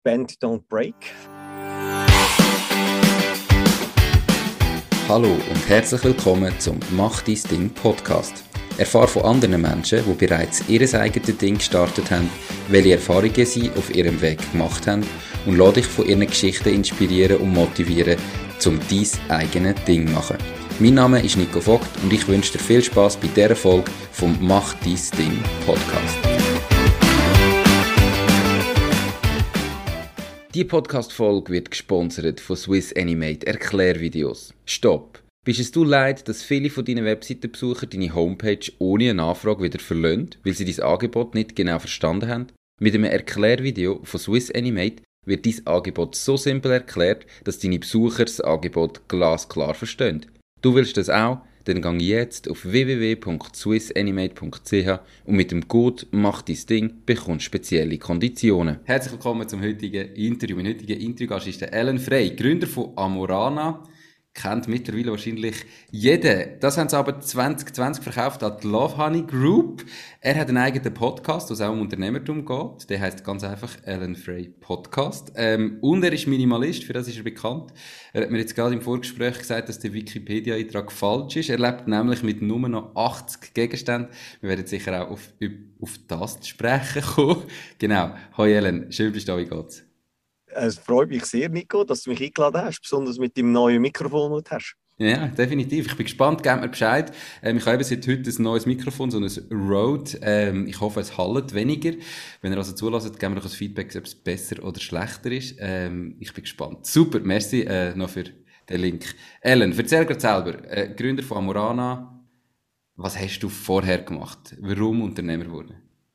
Bend Don't Break. Hallo und herzlich willkommen zum Mach dein Ding Podcast. Erfahre von anderen Menschen, die bereits ihr eigenes Ding gestartet haben, welche Erfahrungen sie auf ihrem Weg gemacht haben und lass dich von ihren Geschichten inspirieren und motivieren, um dein eigenes Ding zu machen. Mein Name ist Nico Vogt und ich wünsche dir viel Spass bei dieser Folge vom Mach dein Ding Podcast. Die Podcast-Folge wird gesponsert von Swiss Animate Erklärvideos. Stopp! Bist es du leid, dass viele von deinen Webseitenbesuchern deine Homepage ohne eine Nachfrage wieder verlassen, weil sie dein Angebot nicht genau verstanden haben? Mit einem Erklärvideo von Swiss Animate wird dein Angebot so simpel erklärt, dass deine Besucher das Angebot glasklar verstehen. Du willst das auch? Dann geh jetzt auf www.swissanimate.ch und mit dem Code «Mach dein Ding» bekommst spezielle Konditionen. Herzlich willkommen zum heutigen Interview. Mein heutiger Interviewgast ist der Alan Frey, Gründer von Amorana. Kennt mittlerweile wahrscheinlich jeder. Das haben sie aber 2020 verkauft an die Love Honey Group. Er hat einen eigenen Podcast, wo es auch um Unternehmertum geht. Der heisst ganz einfach Alan Frey Podcast. Und er ist Minimalist, für das ist er bekannt. Er hat mir jetzt gerade im Vorgespräch gesagt, dass der Wikipedia-Eintrag falsch ist. Er lebt nämlich mit nur noch 80 Gegenständen. Wir werden sicher auch auf das zu sprechen kommen. Genau. Hoi Alan, schön bist du da, wie geht's? Es freut mich sehr, Nico, dass du mich eingeladen hast, besonders mit dem neuen Mikrofon, das du hast. Ja, definitiv. Ich bin gespannt, gebt mir Bescheid. Ich habe seit heute ein neues Mikrofon, so ein Rode. Ich hoffe, es hallt weniger. Wenn ihr also zulässt, gebt mir doch ein Feedback, ob es besser oder schlechter ist. Ich bin gespannt. Super, merci noch für den Link. Alan, erzähl gerade selber. Gründer von Amorana. Was hast du vorher gemacht? Warum Unternehmer geworden?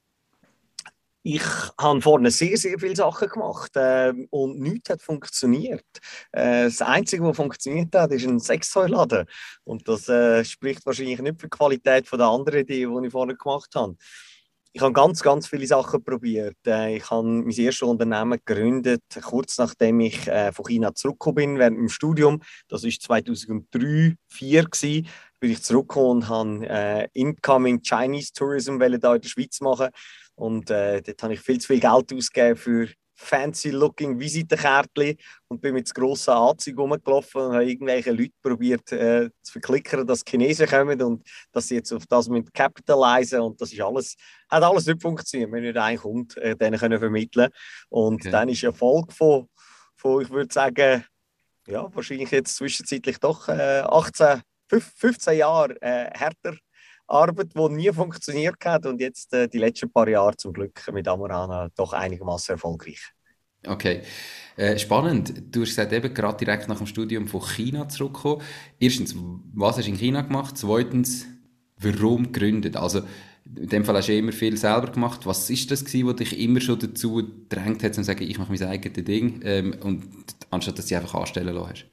Ich habe vorne sehr, sehr viele Sachen gemacht und nichts hat funktioniert. Das Einzige, was funktioniert hat, ist ein Sextoy-Laden. Und das spricht wahrscheinlich nicht für die Qualität der anderen Ideen, die ich vorne gemacht habe. Ich habe ganz, ganz viele Sachen probiert. Ich habe mein erstes Unternehmen gegründet, kurz nachdem ich von China zurückgekommen bin, während dem Studium. Das war 2003-2004 bin ich zurückgekommen und habe Incoming Chinese Tourism hier in der Schweiz machen. Und dort habe ich viel zu viel Geld ausgegeben für fancy-looking Visitenkärtchen und bin mit grossen Anzug rumgelaufen und habe irgendwelche Leute probiert zu verklickern, dass die Chinesen kommen und dass sie jetzt auf das mit capitalisieren und das ist alles, hat alles nicht funktioniert. Wir haben nicht einen Kunden denen können vermitteln. Und okay. Dann ist ein Erfolg von, ich würde sagen, ja, wahrscheinlich jetzt zwischenzeitlich doch 15 Jahre härter Arbeit, die nie funktioniert hat und jetzt die letzten paar Jahre zum Glück mit Amorana doch einigermaßen erfolgreich. Okay, spannend. Du hast gesagt, eben gerade direkt nach dem Studium von China zurückgekommen. Erstens, was hast du in China gemacht? Zweitens, warum gegründet? Also in dem Fall hast du immer viel selber gemacht. Was ist das gewesen, was dich immer schon dazu gedrängt hat, zu sagen, ich mache mein eigenes Ding und anstatt dass du dich einfach anstellen lassen hast?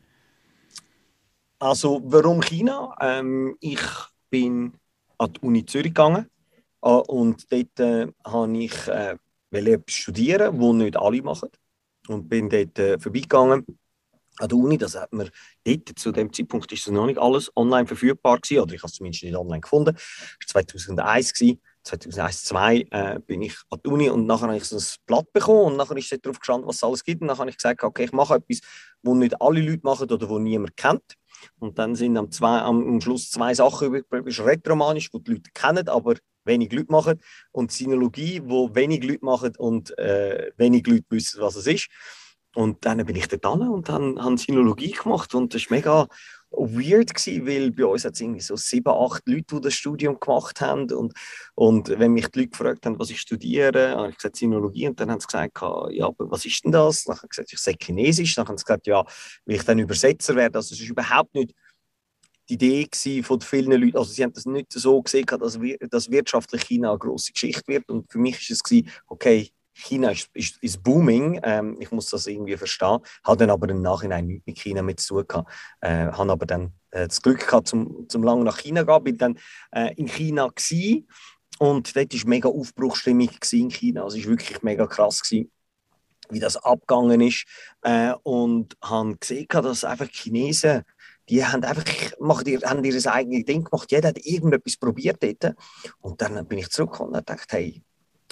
Also warum China? Ich bin an die Uni Zürich gegangen und dort habe ich etwas studieren, was nicht alle machen. Und bin dort vorbeigegangen an der Uni. Das hat mir dort, zu dem Zeitpunkt ist noch nicht alles online verfügbar gewesen, oder ich habe es zumindest nicht online gefunden. Das war 2001 gewesen. 2001, 2002 bin ich an der Uni und nachher habe ich so ein Blatt bekommen und nachher ist dort drauf gestanden, was es alles gibt. Und dann habe ich gesagt, okay, ich mache etwas, was nicht alle Leute machen oder wo niemand kennt. Und dann sind am Schluss zwei Sachen übrig. Das ist retromanisch, die Leute kennen, aber wenig Leute machen. Und Sinologie, wo wenig Leute machen und wenig Leute wissen, was es ist. Und dann bin ich dort hin und habe Sinologie gemacht. Und das war mega weird gewesen, weil bei uns hat es irgendwie so 7, 8 Leute, die das Studium gemacht haben. Und wenn mich die Leute gefragt haben, was ich studiere, habe ich gesagt Sinologie. Und dann haben sie gesagt, ja, aber was ist denn das? Dann habe ich gesagt, ich sage Chinesisch. Dann haben sie gesagt, ja, will ich dann Übersetzer werden. Also es ist überhaupt nicht die Idee von vielen Leuten. Also sie haben das nicht so gesehen, dass wirtschaftlich China eine grosse Geschichte wird. Und für mich war es, okay, China ist booming, ich muss das irgendwie verstehen, habe dann aber im Nachhinein nichts mit China mit zu tun gehabt, habe aber dann das Glück gehabt, zum lange nach China zu gehen, bin dann in China gewesen, und dort war mega Aufbruchsstimmung in China, also es war wirklich mega krass gewesen, wie das abgegangen ist, und habe gesehen, dass einfach Chinesen, die haben einfach, haben ihr eigenes Ding gemacht, jeder hat irgendetwas probiert dort, und dann bin ich zurückgekommen und dachte, hey, ja,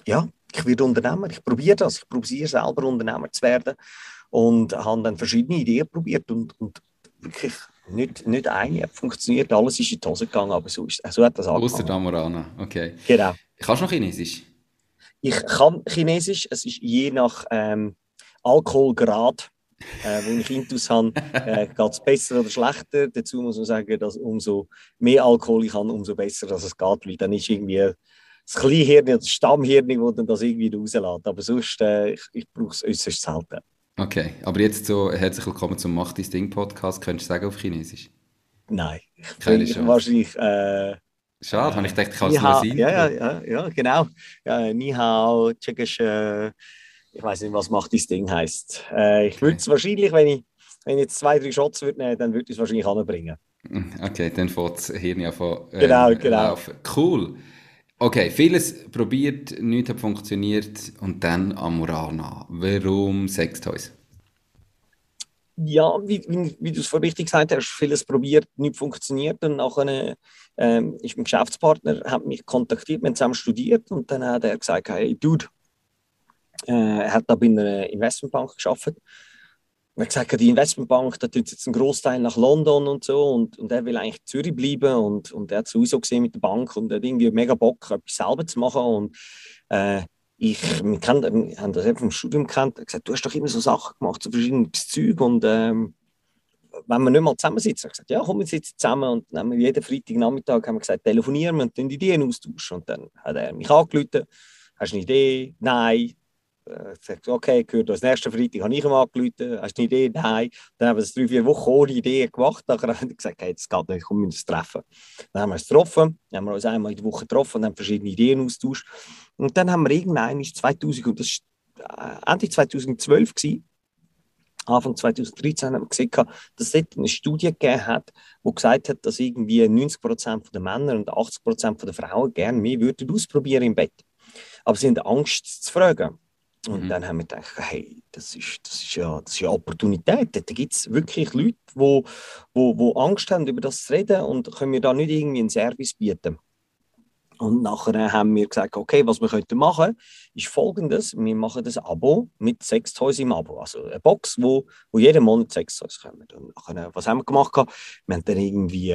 ich werde Unternehmer, ich probiere das, ich probiere selber Unternehmer zu werden und habe dann verschiedene Ideen probiert und wirklich nicht eine hat funktioniert, alles ist in die Hose gegangen, aber so hat das Ausser angefangen. Amorana, okay. Genau. Kannst du noch Chinesisch? Ich kann Chinesisch, es ist je nach Alkoholgrad, wo ich Intus habe, geht es besser oder schlechter. Dazu muss man sagen, dass umso mehr Alkohol ich habe, umso besser dass es geht, weil dann ist irgendwie das Kleinhirn, das Stammhirn, das dann das irgendwie rauslässt. Aber sonst, ich brauche es äußerst selten. Okay, aber jetzt so, herzlich willkommen zum Mach dein Ding Podcast. Könntest du sagen auf Chinesisch? Nein, Keine Chance. wahrscheinlich Schade, habe ich gedacht, ich kann Ni es nur hao, ein ja, Intro. ja, genau. Ja, Ni hao, ich weiß nicht, was macht das Ding heißt. Ich würde Okay. es wahrscheinlich, wenn ich jetzt 2, 3 Shots würde nehmen, dann würde ich es wahrscheinlich anbringen. Okay, dann fängt das Hirn ja von Genau. laufen. Cool. Okay, vieles probiert, nichts hat funktioniert und dann Amorana. Warum Sextoys? Ja, wie du es vorhin richtig gesagt hast, vieles probiert, nicht funktioniert. Und nachher ist mein Geschäftspartner, hat mich kontaktiert, wir haben zusammen studiert und dann hat er gesagt, hey Dude, er hat da bei einer Investmentbank gearbeitet. Er hat gesagt, die Investmentbank, da tut jetzt einen Großteil nach London und so und er will eigentlich in Zürich bleiben und er hat es sowieso gesehen mit der Bank und er hat irgendwie mega Bock, etwas selber zu machen und äh, wir haben das eben vom Studium gekannt, er hat gesagt, du hast doch immer so Sachen gemacht, so verschiedenes Zeug und wenn wir nicht mal zusammensitzen, habe ich gesagt, ja, komm, wir sitzen zusammen und dann haben wir jeden Freitagnachmittag haben wir gesagt, telefonieren wir und dann Ideen austauschen. Und dann hat er mich angerufen, hast du eine Idee? Nein. Sagt, okay, gehört das nächsten Freitag, habe ich ihm angerufen, hast du eine Idee? Nein. Dann haben wir es 3, 4 Wochen ohne Ideen gemacht. Nachher haben wir gesagt, hey, das geht nicht, komm, wir müssen uns treffen. Dann haben wir uns getroffen, dann haben wir uns einmal in der Woche getroffen und haben verschiedene Ideen austauscht. Und dann haben wir irgendwann 2000, und das war Ende 2012 gewesen, Anfang 2013 haben wir gesehen, dass es dort eine Studie gegeben hat, die gesagt hat, dass irgendwie 90% der Männer und 80% der Frauen gerne mehr würden ausprobieren im Bett. Aber sie haben Angst zu fragen. Und dann haben wir gedacht, hey, das ist ja Opportunität. Da gibt es wirklich Leute, die Angst haben, über das zu reden und können wir da nicht irgendwie einen Service bieten. Und nachher haben wir gesagt, okay, was wir könnten machen, ist Folgendes. Wir machen das Abo mit Sextoys im Abo. Also eine Box, wo jeden Monat Sextoys kommen. Und nachher, was haben wir gemacht? Wir haben dann irgendwie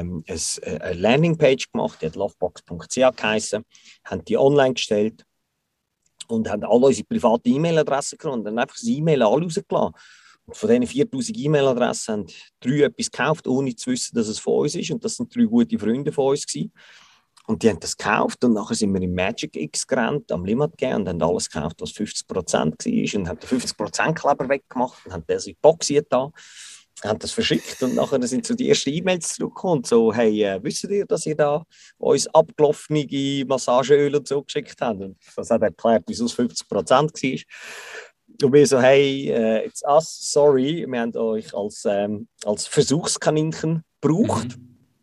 eine Landingpage gemacht, die hat lovebox.ch geheißen, haben die online gestellt und haben alle unsere private E-Mail-Adressen genommen und dann einfach das E-Mail alle rausgelassen. Und von diesen 4000 E-Mail-Adressen haben 3 etwas gekauft, ohne zu wissen, dass es von uns ist. Und das sind 3 gute Freunde von uns gewesen. Und die haben das gekauft und nachher sind wir im Magic X gerannt, am Limit gegeben und haben alles gekauft, was 50% war und haben den 50% Kleber weggemacht und haben das in die Box da, haben das verschickt und nachher sind so die ersten E-Mails zurückgekommen und so, hey, wisst ihr, dass ihr da uns abgelaufene Massageöl und so geschickt habt? Und das hat erklärt, wieso es 50% war. Und wir so, hey, it's us, sorry, wir haben euch als Versuchskaninchen gebraucht.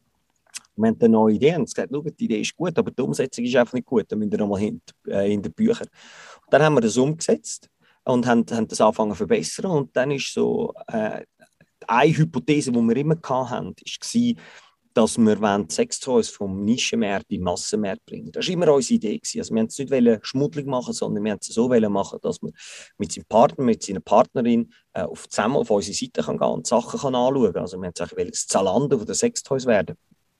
Wir haben eine neue Idee und gesagt, schau, die Idee ist gut, aber die Umsetzung ist einfach nicht gut. Dann müssen wir nochmal in den Büchern. Und dann haben wir das umgesetzt und haben das angefangen zu verbessern. Und dann ist so eine Hypothese, die wir immer hatten, war, dass wir Sextoys vom Nischenmarkt in den Massenmarkt bringen. Das war immer unsere Idee. Also wir wollten es nicht schmuddelig machen, sondern wir wollten es so machen, dass man mit seinem Partner, mit seiner Partnerin zusammen auf unsere Seite gehen kann und Sachen anschauen kann. Also wir wollten das Zalando der Sextoys werden.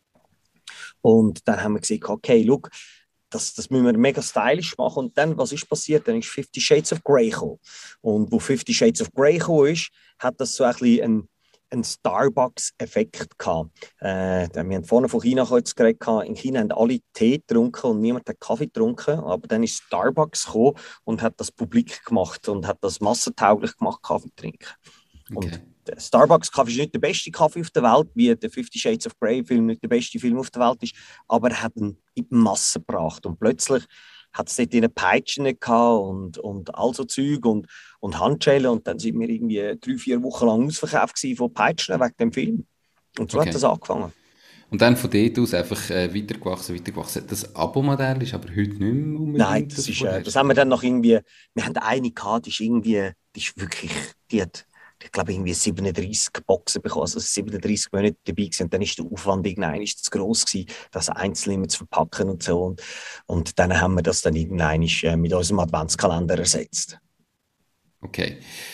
Und dann haben wir gesagt, okay, schau, das müssen wir mega stylisch machen. Und dann, was ist passiert? Dann ist 50 Shades of Grey gekommen. Und wo 50 Shades of Grey gekommen ist, hat das so ein bisschen einen Starbucks-Effekt gehabt. Wir haben vorne von China kurz geredet. In China haben alle Tee getrunken und niemand hat Kaffee getrunken. Aber dann ist Starbucks gekommen und hat das publik gemacht und hat das massentauglich gemacht, Kaffee trinken. Okay. Und der Starbucks-Kaffee ist nicht der beste Kaffee auf der Welt, wie der 50 Shades of Grey-Film nicht der beste Film auf der Welt ist, aber er hat ihn in die Masse gebracht. Und plötzlich hat es dort eine Peitschen und all so Zeug und Handschellen. Und dann sind wir irgendwie 3, 4 Wochen lang ausverkauft von Peitschen wegen dem Film. Und so hat das angefangen. Und dann von dort aus einfach weitergewachsen. Das Abo-Modell ist aber heute nicht mehr unbedingt. Nein, das haben wir dann noch irgendwie, wir haben eine gehabt, die ist wirklich, die hat ich glaube, irgendwie 37 Boxen bekommen, also 37 Monate dabei gewesen. Und dann ist der Aufwand irgendwann zu gross gewesen, das einzeln immer zu verpacken und so. Und dann haben wir das dann irgendwann mit unserem Adventskalender ersetzt. Okay.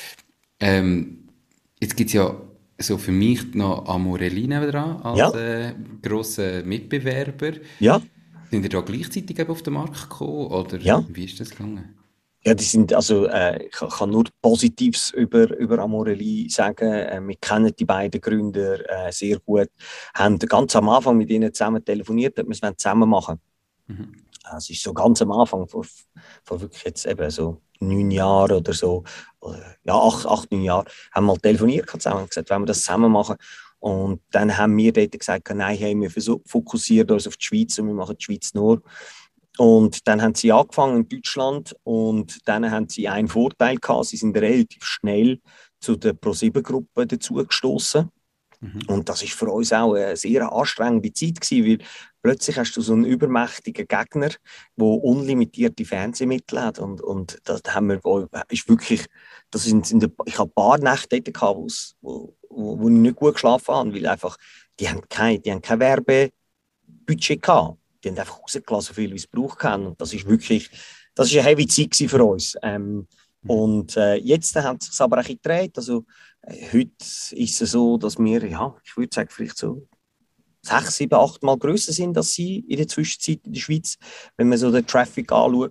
Jetzt gibt es ja so für mich noch Amorelli dran als Ja, grosser Mitbewerber. ja, Sind ihr da gleichzeitig eben auf den Markt gekommen oder ja. wie ist das gegangen? Ja, die sind, also, ich kann nur Positives über Amorelli sagen. Wir kennen die beiden Gründer sehr gut, haben ganz am Anfang mit ihnen zusammen telefoniert, dass wir es zusammen machen. Mhm. Es ist so ganz am Anfang, vor wirklich jetzt eben so 9 Jahren oder so, ja, 9 Jahren, haben wir mal telefoniert zusammen und gesagt, wollen wir das zusammen machen? Und dann haben wir dort gesagt, nein, hey, wir fokussieren uns auf die Schweiz und wir machen die Schweiz nur. Und dann haben sie angefangen in Deutschland und dann haben sie einen Vorteil gehabt, sie sind relativ schnell zu der Pro7-Gruppe dazugestoßen. Mhm. Und das ist für uns auch eine sehr anstrengende Zeit gewesen, weil plötzlich hast du so einen übermächtigen Gegner, der unlimitierte Fernsehmittel hat. Und das haben wir, ist wirklich, ich habe ein paar Nächte dort gehabt, wo ich nicht gut geschlafen habe, weil einfach, die haben kein Werbebudget gehabt. Die haben einfach rausgelassen, so viel wie es braucht haben. Und das ist wirklich, das ist eine heavy Zeit für uns. Mhm. Und jetzt hat es sich aber auch gedreht. Also, heute ist es so, dass wir, ja, ich würde sagen, vielleicht so 6, 7, 8 Mal grösser sind als sie in der Zwischenzeit in der Schweiz, wenn man so den Traffic anschaut.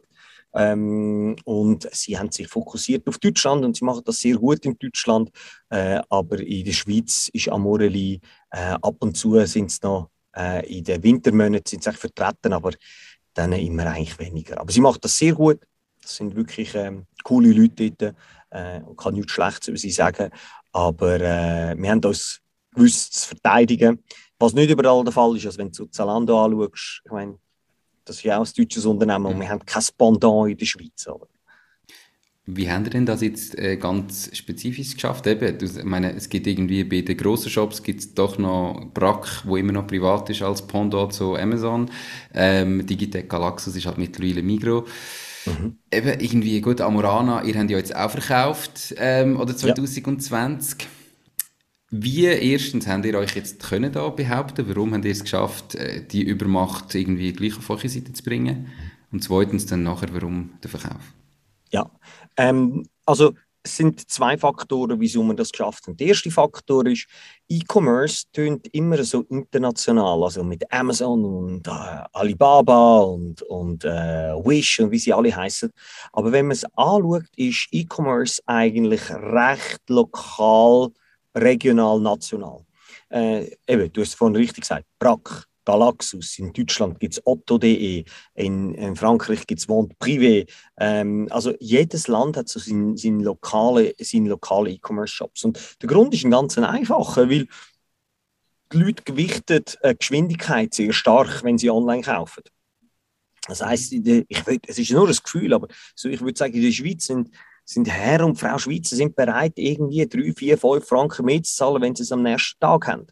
Und sie haben sich fokussiert auf Deutschland und sie machen das sehr gut in Deutschland. Aber in der Schweiz ist Amorelli ab und zu sind es noch in den Wintermonaten sind sie vertreten, aber dann immer eigentlich weniger. Aber sie macht das sehr gut. Das sind wirklich coole Leute dort. Ich kann nichts Schlechtes über sie sagen. Aber wir haben uns gewusst zu verteidigen. Was nicht überall der Fall ist. Also wenn du Zalando anschaust, ich meine, das ist ja auch ein deutsches Unternehmen und wir Mhm. haben kein Pendant in der Schweiz. Aber. Wie haben ihr denn das jetzt ganz spezifisch geschafft? Eben, ich meine, es gibt irgendwie bei den grossen Shops gibt's doch noch Brack, wo immer noch privat ist als Pendant zu Amazon. Digitec Galaxus ist halt mittlerweile Migros. Mhm. Eben, irgendwie, gut, Amorana, ihr habt ja jetzt auch verkauft, oder Ja. 2020. Wie erstens habt ihr euch jetzt können da behaupten? Warum habt ihr es geschafft, die Übermacht irgendwie gleich auf eure Seite zu bringen? Und zweitens dann nachher, warum der Verkauf? Ja, also es sind zwei Faktoren, wieso wir das geschafft haben. Der erste Faktor ist, E-Commerce tönt immer so international, also mit Amazon und Alibaba und Wish und wie sie alle heißen. Aber wenn man es anschaut, ist E-Commerce eigentlich recht lokal, regional, national. Eben, du hast es vorhin richtig gesagt, Brack, Galaxus, in Deutschland gibt es Otto.de, in Frankreich gibt es Vente Privé. Also jedes Land hat so seine lokale E-Commerce-Shops. Und der Grund ist ein ganz einfacher, weil die Leute gewichten Geschwindigkeit sehr stark, wenn sie online kaufen. Das heisst, es ist nur ein Gefühl, aber so, ich würde sagen, in der Schweiz sind Herr und Frau Schweizer sind bereit, irgendwie 3, 4, 5 Franken mehr zu zahlen, wenn sie es am nächsten Tag haben.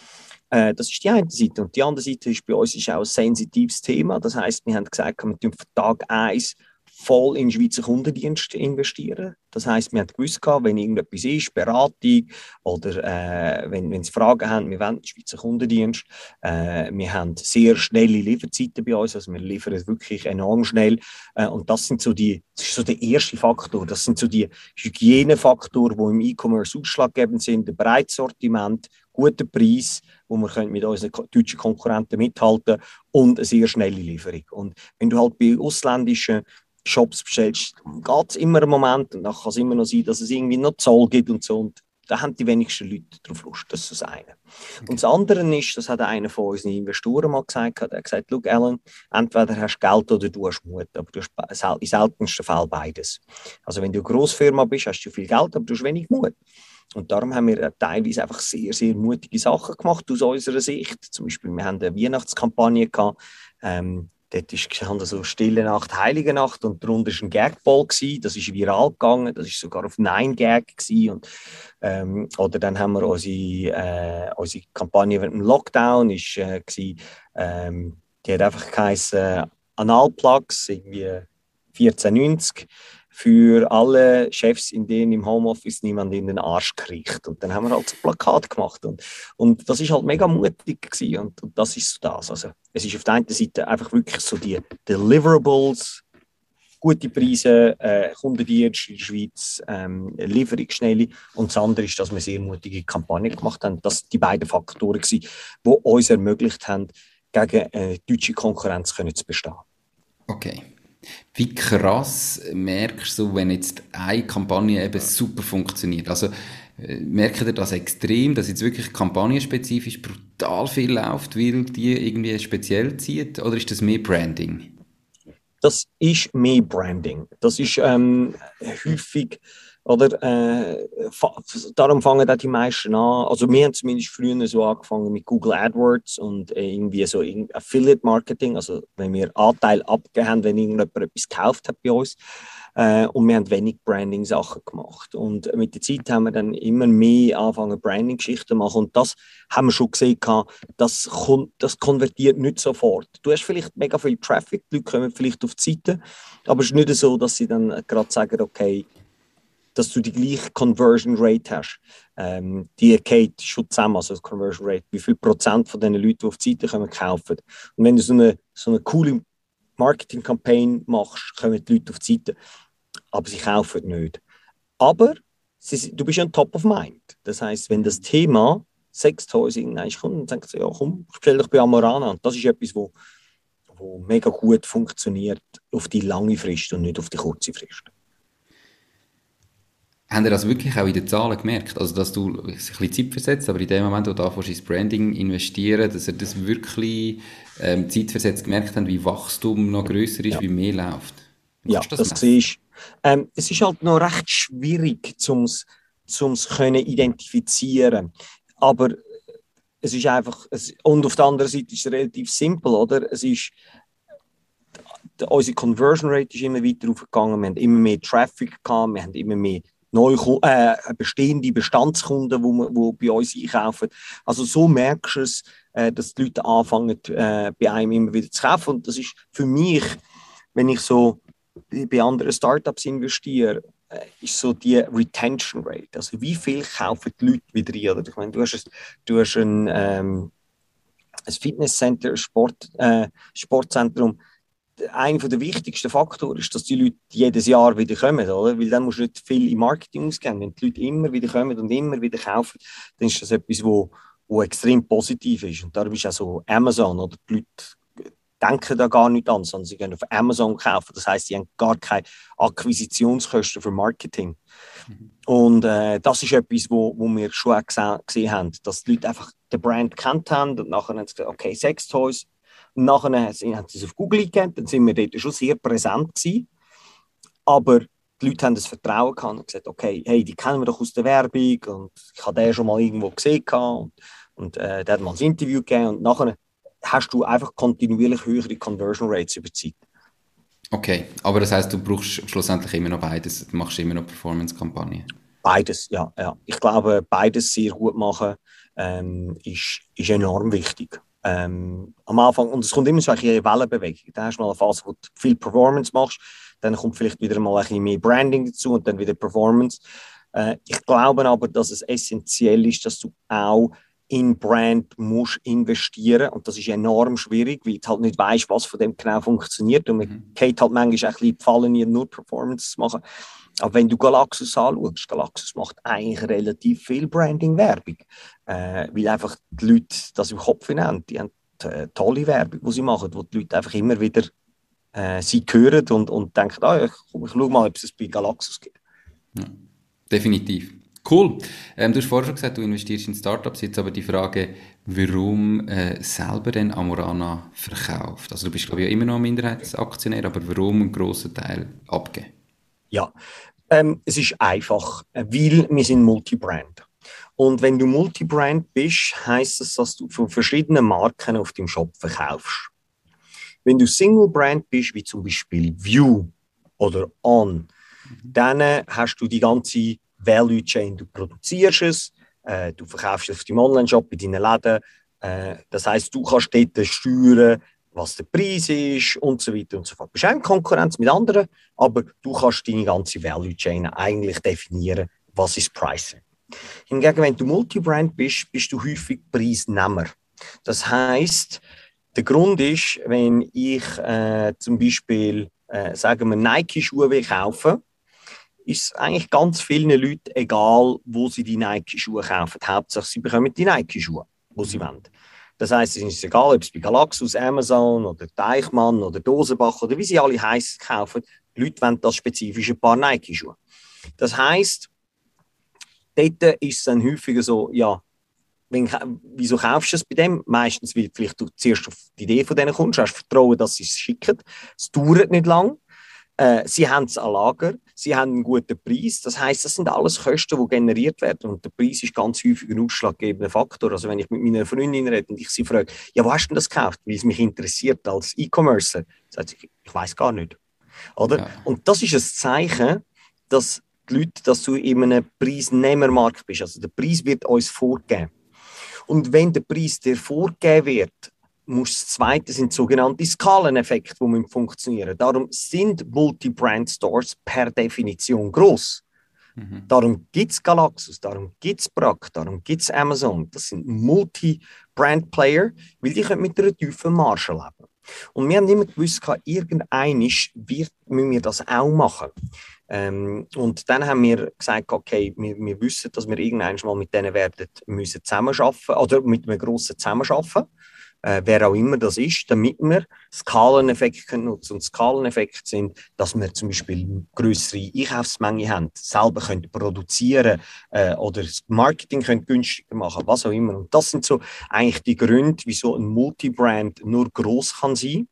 Das ist die eine Seite. Und die andere Seite ist bei uns ist auch ein sensitives Thema. Das heisst, wir haben gesagt, wir tun für Tag 1 voll in den Schweizer Kundendienst investieren. Das heisst, wir haben gewusst, wenn irgendetwas ist, Beratung oder wenn Sie Fragen haben, wir wollen den Schweizer Kundendienst. Wir haben sehr schnelle Lieferzeiten bei uns, also wir liefern wirklich enorm schnell. Und das ist so der erste Faktor. Das sind so die Hygienefaktoren, die im E-Commerce ausschlaggebend sind. Ein breites Sortiment, guter Preis, wo wir mit unseren deutschen Konkurrenten mithalten und eine sehr schnelle Lieferung. Und wenn du halt bei ausländischen Shops bestellst, geht es immer einen Moment und dann kann es immer noch sein, dass es irgendwie noch Zoll gibt und so. Und da haben die wenigsten Leute drauf Lust. Das ist das eine. Und Okay. das andere ist, das hat einer von unseren Investoren mal gesagt, er hat gesagt, schau Alan, entweder hast du Geld oder du hast Mut, aber du hast in seltensten Fällen beides. Also wenn du eine Grossfirma bist, hast du viel Geld, aber du hast wenig Mut. Und darum haben wir teilweise einfach sehr, sehr mutige Sachen gemacht aus unserer Sicht. Zum Beispiel, wir haben eine Weihnachtskampagne gehabt. Dort war so Stille Nacht, Heilige Nacht und darunter war ein Gagball. Das ist viral gegangen. Das war sogar auf 9gag. Oder dann haben wir unsere Kampagne während dem Lockdown. Die hat einfach geheißen Analplugs, irgendwie 1490. für alle Chefs, in denen im Homeoffice niemand in den Arsch kriecht. Und dann haben wir halt so ein Plakat gemacht. Und das ist halt mega mutig gewesen. Und das ist so das. Also, es ist auf der einen Seite einfach wirklich so die Deliverables, gute Preise, Kundendienst in der Schweiz, Lieferungsschnelle. Und das andere ist, dass wir sehr mutige Kampagnen gemacht haben. Das waren die beiden Faktoren, die uns ermöglicht haben, gegen deutsche Konkurrenz zu bestehen. Okay. Wie krass merkst du, wenn jetzt eine Kampagne eben super funktioniert? Also merkt ihr das extrem, dass jetzt wirklich kampagnenspezifisch brutal viel läuft, weil die irgendwie speziell zieht? Oder ist das mehr Branding? Das ist mehr Branding. Das ist häufig, oder darum fangen auch die meisten an. Also wir haben zumindest früher so angefangen mit Google AdWords und irgendwie so Affiliate Marketing, also wenn wir Anteil abgegeben haben, wenn irgendjemand etwas gekauft hat bei uns. Und wir haben wenig Branding-Sachen gemacht. Und mit der Zeit haben wir dann immer mehr angefangen, Branding-Geschichten zu machen. Und das haben wir schon gesehen, das konvertiert nicht sofort. Du hast vielleicht mega viel Traffic, die Leute kommen vielleicht auf die Seite, aber es ist nicht so, dass sie dann gerade sagen, okay, dass du die gleiche Conversion Rate hast. Die geht schon zusammen, also die Conversion Rate, wie viel Prozent von den Leuten, die auf die Seite kommen, kaufen. Und wenn du so eine coole Marketing-Campaign machst, kommen die Leute auf die Seite, aber sie kaufen nicht. Aber du bist ja top of mind. Das heisst, wenn das Thema Sextoys irgendwann kommt, dann sagst du, ja komm, stell dich bei Amorana. Und das ist etwas, wo mega gut funktioniert auf die lange Frist und nicht auf die kurze Frist. Haben ihr das wirklich auch in den Zahlen gemerkt? Also, dass du ein bisschen Zeit versetzt, aber in dem Moment, wo du anfängst ins Branding investieren, dass ihr das wirklich zeitversetzt gemerkt habt, wie Wachstum noch grösser ist, wie mehr läuft? Ja, das siehst du. Es ist halt noch recht schwierig, um es identifizieren. Aber es ist einfach, und auf der anderen Seite ist es relativ simpel, oder? Unsere Conversion Rate ist immer weiter aufgegangen, wir haben immer mehr Traffic gehabt, wir haben immer mehr bestehende Bestandskunden, die bei uns einkaufen. Also so merkst du es, dass die Leute anfangen, bei einem immer wieder zu kaufen. Und das ist für mich, wenn ich so bei anderen Startups investiere, ist so die Retention Rate. Also wie viel kaufen die Leute wieder rein? Oder ich meine, du hast ein Fitnesscenter, Sportzentrum. Einer der wichtigsten Faktoren ist, dass die Leute jedes Jahr wieder kommen, oder? Weil dann musst du nicht viel im Marketing ausgeben. Wenn die Leute immer wieder kommen und immer wieder kaufen, dann ist das etwas, wo extrem positiv ist. Und darum ist auch so Amazon, oder die Leute denken da gar nicht an, sondern sie gehen auf Amazon kaufen. Das heisst, sie haben gar keine Akquisitionskosten für Marketing. Und das ist etwas, wo wir schon auch gesehen haben, dass die Leute einfach den Brand gekannt haben und nachher haben sie gesagt, okay, Sextoys. Und nachher haben sie es auf Google gekannt, dann sind wir dort schon sehr präsent gewesen. Aber die Leute haben das Vertrauen gehabt und gesagt, okay, hey, die kennen wir doch aus der Werbung und ich habe den schon mal irgendwo gesehen und der hat mal ein Interview gegeben und nachher hast du einfach kontinuierlich höhere Conversion Rates über die Zeit. Okay, aber das heisst, du brauchst schlussendlich immer noch beides, du machst immer noch Performance-Kampagnen? Beides, ja. Ich glaube, beides sehr gut machen ist enorm wichtig. Am Anfang, und es kommt immer so eine Wellenbewegung. Da hast du mal eine Phase, wo du viel Performance machst, dann kommt vielleicht wieder mal ein bisschen mehr Branding dazu und dann wieder Performance. Ich glaube aber, dass es essentiell ist, dass du auch in Brand musst investieren und das ist enorm schwierig, weil du halt nicht weißt, was von dem genau funktioniert und man geht halt manchmal ein bisschen Fallen, hier nur Performance zu machen. Aber wenn du Galaxus anschaust, Galaxus macht eigentlich relativ viel Branding-Werbung, weil einfach die Leute das im Kopf haben. Die haben tolle Werbung, die sie machen, wo die Leute einfach immer wieder sie hören und denken, ich schau mal, ob es bei Galaxus gibt. Ja, definitiv. Cool. Du hast vorher schon gesagt, du investierst in Startups. Jetzt aber die Frage, warum selber denn Amorana verkauft? Also du bist, glaube ich, ja immer noch ein Minderheitsaktionär, aber warum einen grossen Teil abgeben? Ja, es ist einfach, weil wir sind Multibrand. Und wenn du Multibrand bist, heisst das, dass du von verschiedenen Marken auf dem Shop verkaufst. Wenn du Single Brand bist, wie zum Beispiel View oder On, dann hast du die ganze Value Chain. Du produzierst es, du verkaufst es auf deinem Online-Shop, in deinen Läden. Das heisst, du kannst dort steuern, was der Preis ist und so weiter und so fort. Du bist auch in Konkurrenz mit anderen, aber du kannst deine ganze Value Chain eigentlich definieren, was ist Pricing. Hingegen, wenn du Multibrand bist, bist du häufig Preisnehmer. Das heisst, der Grund ist, wenn ich zum Beispiel, sagen wir, Nike-Schuhe will kaufen, ist es eigentlich ganz vielen Leuten egal, wo sie die Nike-Schuhe kaufen. Hauptsache, sie bekommen die Nike-Schuhe, die sie wollen. Das heisst, es ist egal, ob es bei Galaxus, Amazon oder Deichmann oder Dosenbach oder wie sie alle heißen kaufen. Die Leute wollen das spezifische Paar Nike-Schuhe. Das heisst, dort ist es dann häufiger so, ja, wieso kaufst du es bei dem? Meistens, weil vielleicht du zuerst auf die Idee von denen kommst, hast Vertrauen, dass sie es schicken. Es dauert nicht lang. Sie haben es an Lager, sie haben einen guten Preis. Das heisst, das sind alles Kosten, die generiert werden. Und der Preis ist ganz häufig ein ausschlaggebender Faktor. Also wenn ich mit meiner Freundin rede und ich sie frage, ja, wo hast du denn das gekauft? Weil es mich interessiert als E-Commercer, sagt sie, ich weiß gar nicht. Oder? Ja. Und das ist ein Zeichen, dass die Leute, dass du in einem Preisnehmermarkt bist. Also der Preis wird uns vorgegeben. Und wenn der Preis dir vorgegeben wird, das Zweite sind sogenannte Skaleneffekte, die funktionieren. Darum sind Multi-Brand-Stores per Definition gross. Darum gibt es Galaxus, darum gibt es Brack, darum gibt es Amazon. Das sind Multi-Brand-Player, weil die können mit einer tiefen Marge leben. Und wir haben immer gewusst, irgendeinmal müssen wir das auch machen. Und dann haben wir gesagt, okay, wir wissen, dass wir irgendwann mal mit denen werden müssen zusammenarbeiten oder mit einem grossen zusammenarbeiten. Wer auch immer das ist, damit wir Skaleneffekte nutzen. Und Skaleneffekte sind, dass wir zum Beispiel eine grössere Einkaufsmenge haben, selber können produzieren oder das Marketing können günstiger machen, was auch immer. Und das sind so eigentlich die Gründe, wieso ein Multibrand nur gross kann sein.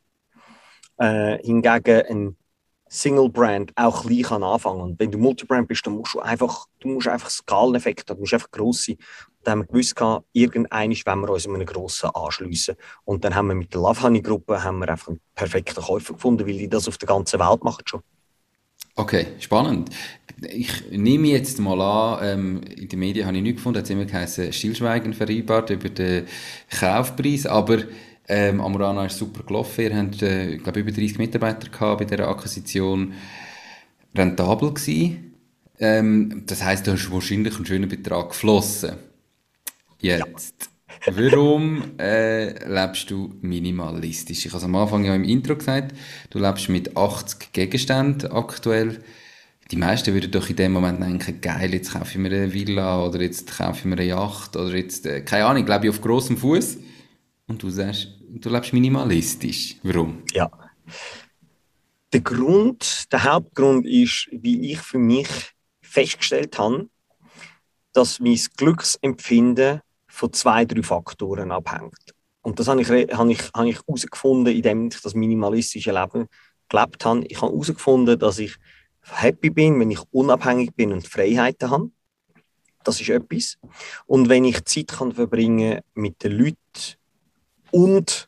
Hingegen ein Single-Brand auch klein kann anfangen. Und wenn du Multibrand bist, dann musst du einfach Skaleneffekte, du musst einfach gross sein. Da haben wir gewusst, irgendwann wollen wir uns einem Grossen anschliessen. Und dann haben wir mit der Love Honey Gruppe einfach einen perfekten Käufer gefunden, weil die das auf der ganzen Welt machen schon. Okay, spannend. Ich nehme jetzt mal an, in den Medien habe ich nichts gefunden, hat es immer geheißen, Stillschweigen vereinbart über den Kaufpreis, aber Amorana ist super gelaufen. Ihr habt, glaube über 30 Mitarbeiter gehabt bei dieser Akquisition. Rentabel gewesen. Das heisst, du hast wahrscheinlich einen schönen Betrag geflossen. Jetzt. Ja. Warum lebst du minimalistisch? Ich habe es am Anfang ja im Intro gesagt, du lebst mit 80 Gegenständen aktuell. Die meisten würden doch in dem Moment denken, geil, jetzt kaufe ich mir eine Villa oder jetzt kaufe ich mir eine Yacht oder jetzt, keine Ahnung, lebe ich auf grossem Fuß. Und du sagst, du lebst minimalistisch. Warum? Ja. Der Hauptgrund ist, wie ich für mich festgestellt habe, dass mein Glücksempfinden von 2-3 Faktoren abhängt. Und das habe ich herausgefunden, indem ich das minimalistische Leben gelebt habe. Ich habe herausgefunden, dass ich happy bin, wenn ich unabhängig bin und Freiheiten habe. Das ist etwas. Und wenn ich Zeit kann verbringen mit den Leuten und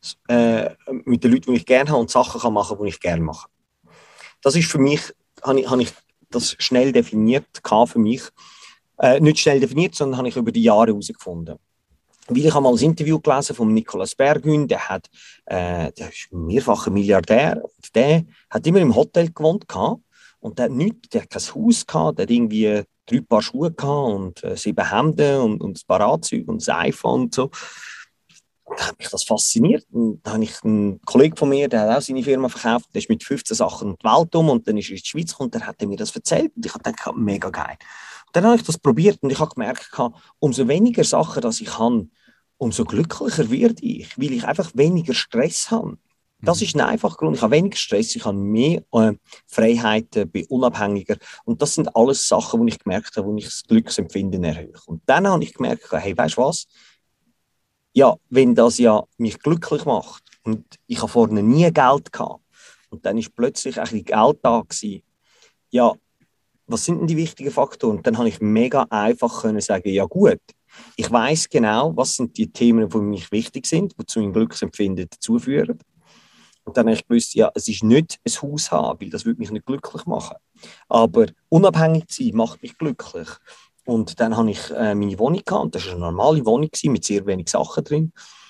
mit den Leuten, die ich gerne habe und Sachen kann machen, die ich gerne mache. Das ist für mich, habe ich das schnell definiert für mich. Nicht schnell definiert, sondern habe ich über die Jahre herausgefunden. Weil ich habe mal ein Interview gelesen von Nicolas Bergün, der ist mehrfacher Milliardär, und der hat immer im Hotel gewohnt und der hat kein Haus gehabt, der hat irgendwie 3 Paar Schuhe gehabt und 7 Hemden und ein paar Anzüge und ein iPhone und so. Da hat mich das fasziniert. Und da habe ich einen Kollegen von mir, der hat auch seine Firma verkauft, der ist mit 15 Sachen um die Welt und dann ist er in die Schweiz gekommen und der hat mir das erzählt und ich habe gedacht, mega geil. Und dann habe ich das probiert und ich habe gemerkt, umso weniger Sachen, dass ich habe, umso glücklicher werde ich, weil ich einfach weniger Stress habe. Das ist ein einfacher Grund. Ich habe weniger Stress, ich habe mehr Freiheiten, bin unabhängiger. Und das sind alles Sachen, die ich gemerkt habe, wo ich das Glücksempfinden erhöhe. Und dann habe ich gemerkt, hey, weißt du was? Ja, wenn das ja mich glücklich macht und ich habe vorne nie Geld gehabt und dann ist plötzlich ein bisschen Geld da gewesen, ja, was sind denn die wichtigen Faktoren? Und dann habe ich mega einfach können sagen, ja gut, ich weiß genau, was sind die Themen, die für mich wichtig sind, die zu meinem Glücksempfinden dazuführen. Und dann habe ich gewusst, ja, es ist nicht ein Haus haben, weil das würde mich nicht glücklich machen. Aber unabhängig zu sein, macht mich glücklich. Und dann habe ich meine Wohnung gehabt, und das war eine normale Wohnung mit sehr wenig Sachen drin.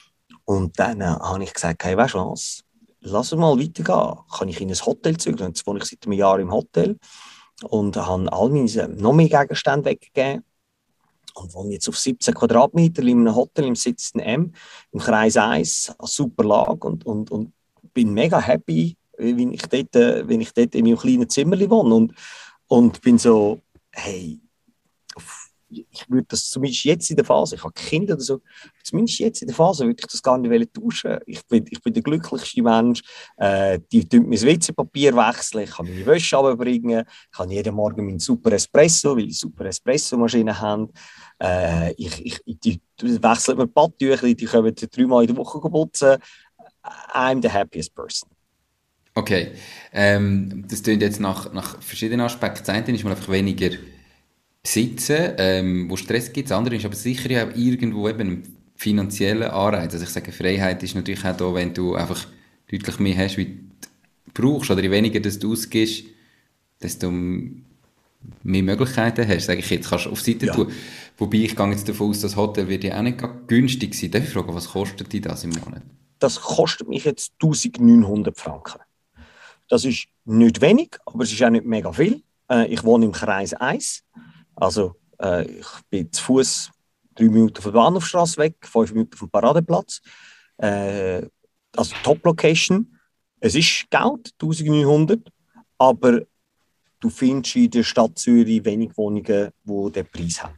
Und dann habe ich gesagt, hey, weißt du was, lass uns mal weitergehen. Kann ich in ein Hotel zügeln? Jetzt wohne ich seit einem Jahr im Hotel und habe all meine noch mehr Gegenstände weggegeben. Und wohne jetzt auf 17 Quadratmeter in einem Hotel im Sitzen M, im Kreis 1, eine super Lage und bin mega happy, wenn ich dort in meinem kleinen Zimmer wohne. Und bin so, hey, ich würde das zumindest jetzt in der Phase, ich habe Kinder oder so, zumindest jetzt in der Phase würde ich das gar nicht tauschen. Ich bin der glücklichste Mensch. Die tun mir das WC-Papier wechseln, ich kann meine Wäsche runterbringen, ich habe jeden Morgen meinen super Espresso, weil ich super Espresso-Maschine habe. Die wechseln mir die Badtücher, die kommen 3-mal in der Woche putzen. I'm the happiest person. Okay, das klingt jetzt nach verschiedenen Aspekten. Das eine ist mal einfach weniger besitzen, wo Stress gibt. Das andere ist aber sicher ja auch irgendwo eben einen finanziellen Anreiz. Also ich sage, Freiheit ist natürlich auch da, wenn du einfach deutlich mehr hast, wie du brauchst, oder je weniger das du ausgibst, desto mehr Möglichkeiten hast. Sage ich jetzt, kannst du auf Seite tun. Wobei ich gehe jetzt davon aus, das Hotel wird ja auch nicht günstig sein. Darf ich fragen, was kostet die das im Monat? Das kostet mich jetzt 1900 Franken. Das ist nicht wenig, aber es ist auch nicht mega viel. Ich wohne im Kreis 1. Also ich bin zu Fuß 3 Minuten von der Bahnhofstrasse weg, 5 Minuten vom Paradeplatz. Also Top-Location. Es ist Geld, 1900, aber du findest in der Stadt Zürich wenig Wohnungen, die diesen Preis haben.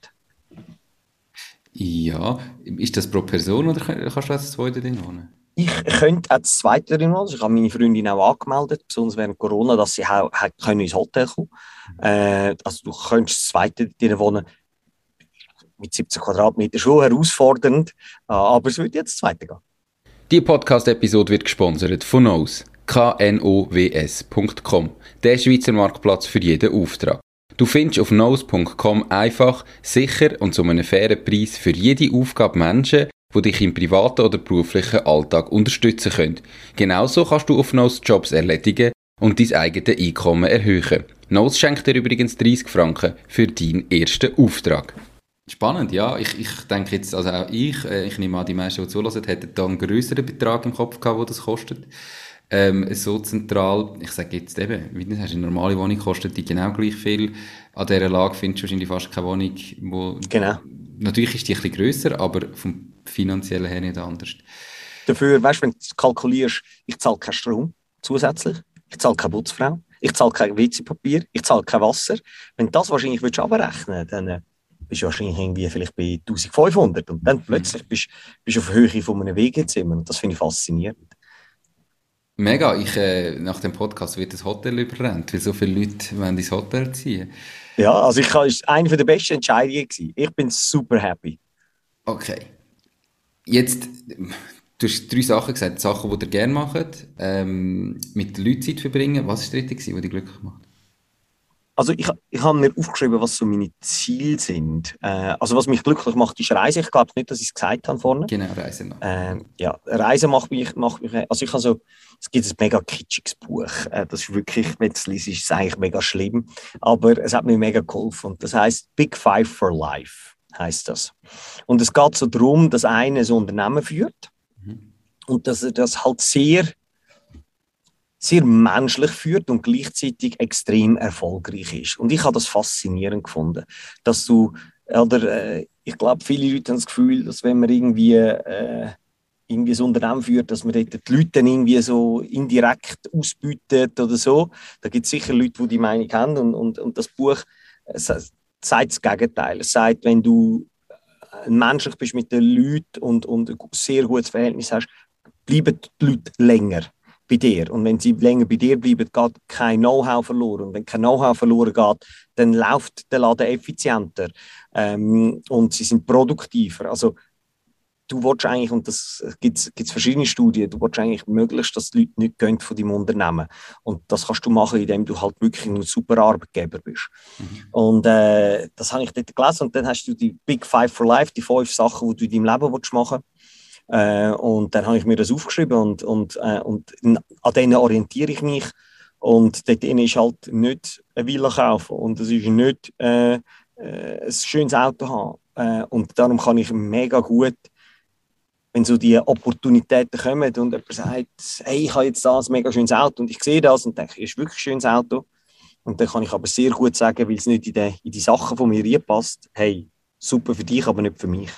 Ja, ist das pro Person oder kannst du als Zweiter drin wohnen? Ich könnte auch das Zweite drin wohnen. Ich habe meine Freundin auch angemeldet, besonders während Corona, dass sie auch ins Hotel kommen können. Also du könntest das Zweite drin wohnen. Mit 17 Quadratmetern schon herausfordernd, aber es würde jetzt das Zweite gehen. Die Podcast-Episode wird gesponsert von Knows. knows.com. Der Schweizer Marktplatz für jeden Auftrag. Du findest auf knows.com einfach, sicher und zu einem fairen Preis für jede Aufgabe Menschen, die dich im privaten oder beruflichen Alltag unterstützen können. Genauso kannst du auf Knows Jobs erledigen und dein eigenes Einkommen erhöhen. Knows schenkt dir übrigens 30 Franken für deinen ersten Auftrag. Spannend, ja. Ich denke jetzt, also auch ich nehme an, die meisten, die zulassen, hätten da einen grösseren Betrag im Kopf gehabt, wo das kostet. So zentral, ich sage jetzt eben, wie du hast, eine normale Wohnung kostet die genau gleich viel. An dieser Lage findest du wahrscheinlich fast keine Wohnung, wo... Genau. Natürlich ist die ein bisschen grösser, aber vom finanziellen her nicht anders. Dafür, weißt du, wenn du kalkulierst, ich zahle keinen Strom zusätzlich, ich zahle keine Putzfrau, ich zahle kein WC-Papier, ich zahle kein Wasser. Wenn du das wahrscheinlich abrechnen würdest, dann bist du wahrscheinlich irgendwie vielleicht bei 1500 und dann plötzlich bist du auf Höhe von einem WG-Zimmer und das finde ich faszinierend. Mega, nach dem Podcast wird das Hotel überrannt, weil so viele Leute wollen ins Hotel ziehen. Ja, also es war eine der besten Entscheidungen gewesen. Ich bin super happy. Okay. Jetzt, du hast 3 Sachen gesagt, Sachen, die ihr gerne macht, mit den Leuten Zeit verbringen. Was war das dritte, was dich glücklich macht? Also ich habe mir aufgeschrieben, was so meine Ziele sind. Also was mich glücklich macht, ist Reisen. Ich glaube nicht, dass ich es gesagt habe vorne. Genau, Reisen. Ja, Reisen macht mich, also ich habe so, es gibt ein mega kitschiges Buch. Das ist wirklich, wenn du es liest, ist es eigentlich mega schlimm. Aber es hat mir mega geholfen. Und das heißt Big Five for Life, heißt das. Und es geht so darum, dass einer ein Unternehmen führt und dass er das halt sehr menschlich führt und gleichzeitig extrem erfolgreich ist. Und ich habe das faszinierend gefunden, dass du, oder ich glaube, viele Leute haben das Gefühl, dass wenn man irgendwie ein Unternehmen führt, dass man dort die Leute dann irgendwie so indirekt ausbeutet oder so. Da gibt es sicher Leute, die die Meinung haben und das Buch sagt das Gegenteil. Es sagt, wenn du menschlich bist mit den Leuten und ein sehr gutes Verhältnis hast, bleiben die Leute länger bei dir. Und wenn sie länger bei dir bleiben, geht kein Know-how verloren. Und wenn kein Know-how verloren geht, dann läuft der Laden effizienter und sie sind produktiver. Also du willst eigentlich, und das gibt es verschiedene Studien, du willst eigentlich möglichst, dass die Leute nicht gehen von deinem Unternehmen. Und das kannst du machen, indem du halt wirklich ein super Arbeitgeber bist. Und das habe ich dort gelesen. Und dann hast du die Big Five for Life, die 5 Sachen, die du in deinem Leben machen willst. Und dann habe ich mir das aufgeschrieben und an denen orientiere ich mich. Und dort ist halt nicht eine Villa kaufen und es ist nicht ein schönes Auto haben. Und darum kann ich mega gut, wenn so die Opportunitäten kommen und jemand sagt, hey, ich habe jetzt das mega schönes Auto und ich sehe das und denke, es ist wirklich ein schönes Auto. Und dann kann ich aber sehr gut sagen, weil es nicht in die Sachen von mir reinpasst, hey, super für dich, aber nicht für mich.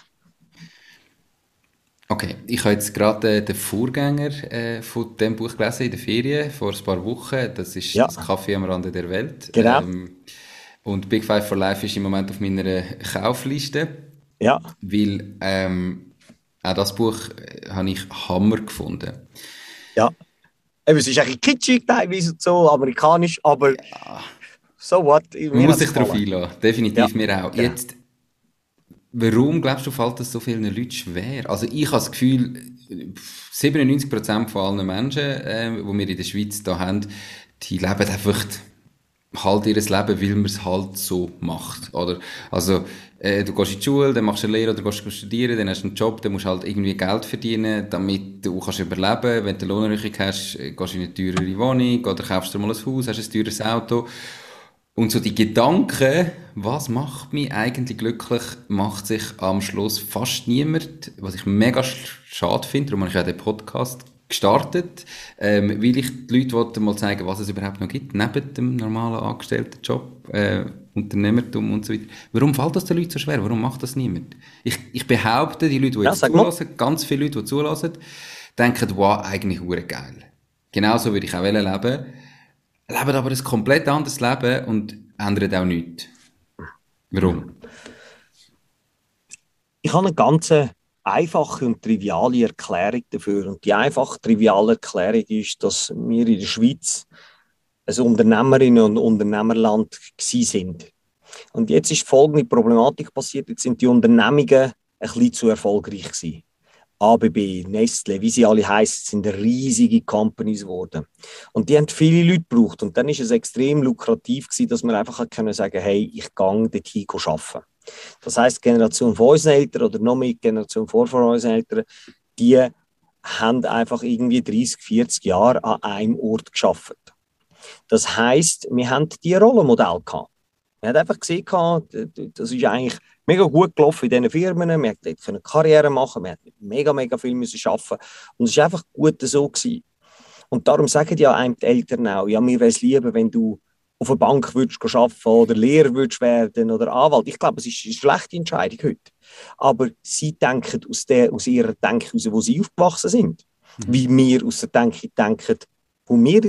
Okay, ich habe jetzt gerade den Vorgänger von dem Buch gelesen in der Ferien vor ein paar Wochen. Das ist Ja, «Das Kaffee am Rande der Welt». genau. Und «Big Five for Life» ist im Moment auf meiner Kaufliste, Ja, weil auch das Buch habe ich Hammer gefunden. ja. Eben, es ist ein bisschen kitschig teilweise und so, amerikanisch, aber so what, Man mir muss hat es sich darauf gefallen. einlassen, Ja, definitiv mir auch. genau. Jetzt, warum glaubst du, fällt das so vielen Leuten schwer? Also ich habe das Gefühl, 97% von allen Menschen, die wir in der Schweiz da haben, die leben einfach halt ihr Leben, weil man es halt so macht, oder? Also, du gehst in die Schule, dann machst du eine Lehre oder gehst studieren, dann hast du einen Job, dann musst du halt irgendwie Geld verdienen, damit du kannst überleben. Wenn du eine Lohnerhöhung hast, gehst du in eine teurere Wohnung oder kaufst dir mal ein Haus, hast ein teures Auto. Und so die Gedanken, was macht mich eigentlich glücklich, macht sich am Schluss fast niemand, was ich mega schade finde, darum habe ich ja den Podcast gestartet, weil ich die Leute wollte mal zeigen, was es überhaupt noch gibt, neben dem normalen angestellten Job, Unternehmertum und so weiter. Warum fällt das den Leuten so schwer? Warum macht das niemand? Ich behaupte, die Leute, die Ja, jetzt sag mal. zulassen, ganz viele Leute, die zulassen, denken, wow, eigentlich hure geil. Genauso würde ich auch leben wollen, leben aber ein komplett anderes Leben und ändern auch nichts. Warum? Ich habe eine ganz einfache und triviale Erklärung dafür. Und die einfache, triviale Erklärung ist, dass wir in der Schweiz ein Unternehmerinnen- und Unternehmerland gewesen sind. Und jetzt ist folgende Problematik passiert. Jetzt sind die Unternehmungen ein bisschen zu erfolgreich gewesen. ABB, Nestle, wie sie alle heißen, sind riesige Companies geworden. Und die haben viele Leute gebraucht. Und dann ist es extrem lukrativ gewesen, dass man einfach können sagen, hey, ich gehe dorthin arbeiten. Das heisst, die Generation von unseren Eltern oder noch mehr die Generation vor unseren Eltern, die haben einfach irgendwie 30, 40 Jahre an einem Ort geschafft. Das heisst, wir haben die Rollenmodelle gehabt. Man hat einfach gesehen, das ist eigentlich mega gut gelaufen in diesen Firmen. Wir konnten Karriere machen, wir mussten mega, mega viel arbeiten. Und es war einfach gut so gewesen. Und darum sagen ja einem die Eltern auch, ja, mir wäre es lieber, wenn du auf einer Bank würdest arbeiten oder Lehrer würdest werden oder Anwalt. Ich glaube, es ist eine schlechte Entscheidung heute. Aber sie denken aus ihrer Denke heraus, wo sie aufgewachsen sind. Wie wir aus der Denke denken, wo wir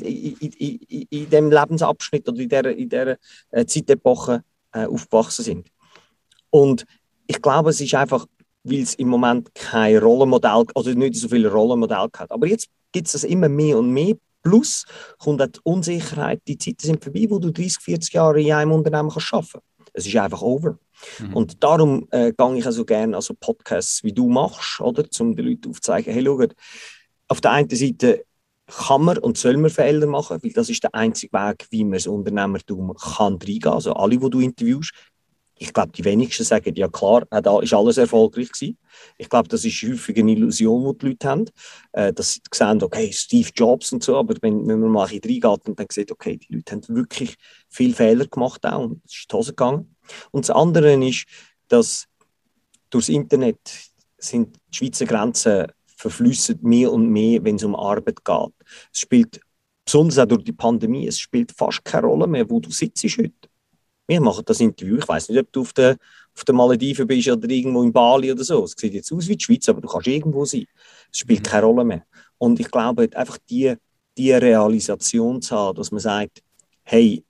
in dem Lebensabschnitt oder in dieser Zeitepoche aufgewachsen sind. Und ich glaube, es ist einfach, weil es im Moment kein Rollenmodell, oder nicht so viele Rollenmodelle hat. Aber jetzt gibt es das immer mehr und mehr. Plus kommt auch die Unsicherheit, die Zeiten sind vorbei, wo du 30, 40 Jahre in einem Unternehmen kannst arbeiten kannst. Es ist einfach over. Und darum gehe ich also gerne also Podcasts, wie du machst, oder, um den Leuten aufzuzeigen, hey, schaut, auf der einen Seite kann man und soll man Fehler machen, weil das ist der einzige Weg, wie man das Unternehmertum kann reingehen. Also alle, die du interviewst, ich glaube, die wenigsten sagen, ja klar, da ist alles erfolgreich gewesen. Ich glaube, das ist häufig eine Illusion, die Leute haben, dass sie sehen, okay, Steve Jobs und so, aber wenn man mal ein bisschen reingeht und dann sieht, okay, die Leute haben wirklich viele Fehler gemacht auch und es ist in die Hose gegangen. Und das andere ist, dass durchs Internet sind die Schweizer Grenzen verflüssen mehr und mehr, wenn es um Arbeit geht. Es spielt, besonders auch durch die Pandemie, es spielt fast keine Rolle mehr, wo du sitzt heute. Wir machen das Interview. Ich weiß nicht, ob du auf den Malediven bist oder irgendwo in Bali oder so. Es sieht jetzt aus wie die Schweiz, aber du kannst irgendwo sein. Es spielt keine Rolle mehr. Und ich glaube, einfach die Realisation zu haben, dass man sagt, hey,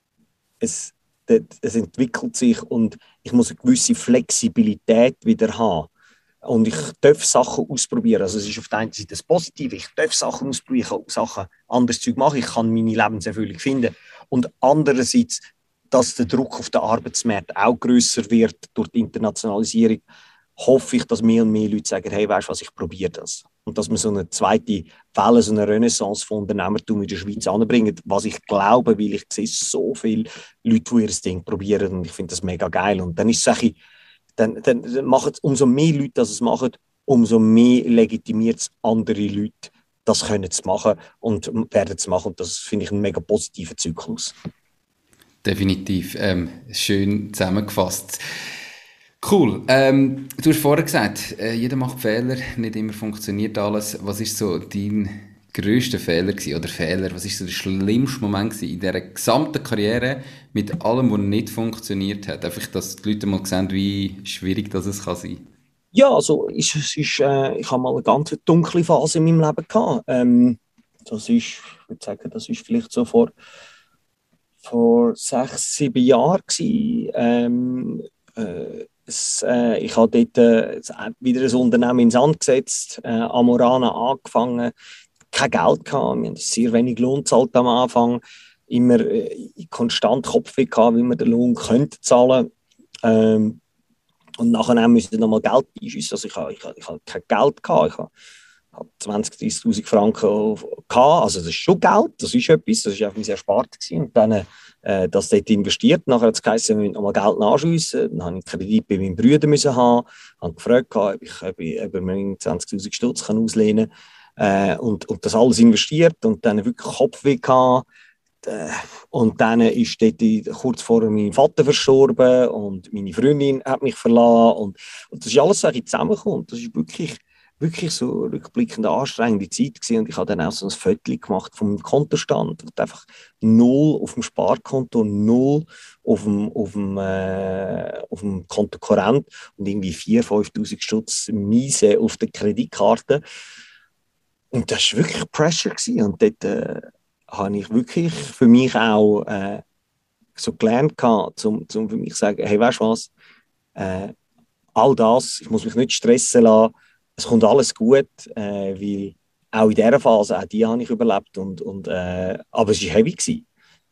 es entwickelt sich und ich muss eine gewisse Flexibilität wieder haben. Und ich darf Sachen ausprobieren. Also es ist auf der einen Seite das Positive, ich darf Sachen ausprobieren, Sachen anderes Zeug machen, ich kann meine Lebenserfüllung finden. Und andererseits, dass der Druck auf den Arbeitsmarkt auch grösser wird durch die Internationalisierung, hoffe ich, dass mehr und mehr Leute sagen, hey, weißt du was, ich probiere das. Und dass wir so eine zweite Welle, so eine Renaissance von Unternehmertum in der Schweiz anbringen, was ich glaube, weil ich sehe so viele Leute, die ihr Ding probieren und ich finde das mega geil. Und dann ist es dann machen umso mehr Leute das machen, umso mehr legitimiert es andere Leute, das können zu machen und werden zu machen. Und das finde ich einen mega positiven Zyklus. Definitiv. Schön zusammengefasst. Cool. Du hast vorher gesagt, jeder macht Fehler, nicht immer funktioniert alles. Was ist so dein grösster Fehler gewesen, oder Fehler? Was ist so der schlimmste Moment gewesen in dieser gesamten Karriere mit allem, was nicht funktioniert hat? Einfach, dass die Leute mal sehen, wie schwierig das es kann sein. Ja, also ich habe mal eine ganz dunkle Phase in meinem Leben gehabt. Ich würde sagen, das ist vielleicht so vor 6, 7 Jahren gewesen. Ich habe dort wieder ein Unternehmen ins Sand gesetzt, Amorana angefangen, kein Geld gehabt, wir haben sehr wenig Lohn gezahlt am Anfang, immer konstant Kopfweh gehabt, wie wir den Lohn könnte zahlen. Und nachher musste ich nochmal Geld einschiessen. Also ich habe kein Geld gehabt. Ich habe 20.000, 30.000 Franken gehabt. Also das ist schon Geld, das ist etwas, das war einfach sehr spart gewesen. Und dann das dort investiert. Nachher hat es geheißen, wir müssen nochmal Geld nachschiessen. Dann habe ich einen Kredit bei meinem Bruder müssen haben. Habe gefragt, ob er mir 20.000 Stutz auslehnen kann. Und das alles investiert und dann wirklich Kopfweh gehabt. Und dann ist dort kurz vorher mein Vater verstorben und meine Freundin hat mich verlassen. Und das ist alles so ein bisschen zusammengekommen. Das ist wirklich so rückblickend eine anstrengende Zeit gewesen. Und ich habe dann auch so ein Foto gemacht von meinem Kontostand. Und einfach 0 auf dem Sparkonto, 0 auf dem Konto Korrent und irgendwie 4.000, 5.000 Stutz Miese auf der Kreditkarte. Und das war wirklich Pressure gewesen. Und dort habe ich wirklich für mich auch so gelernt gehabt, zum für mich zu sagen, hey, weißt du was, all das, ich muss mich nicht stressen lassen, es kommt alles gut, weil auch in dieser Phase, auch die habe ich überlebt, aber es war heavy gewesen.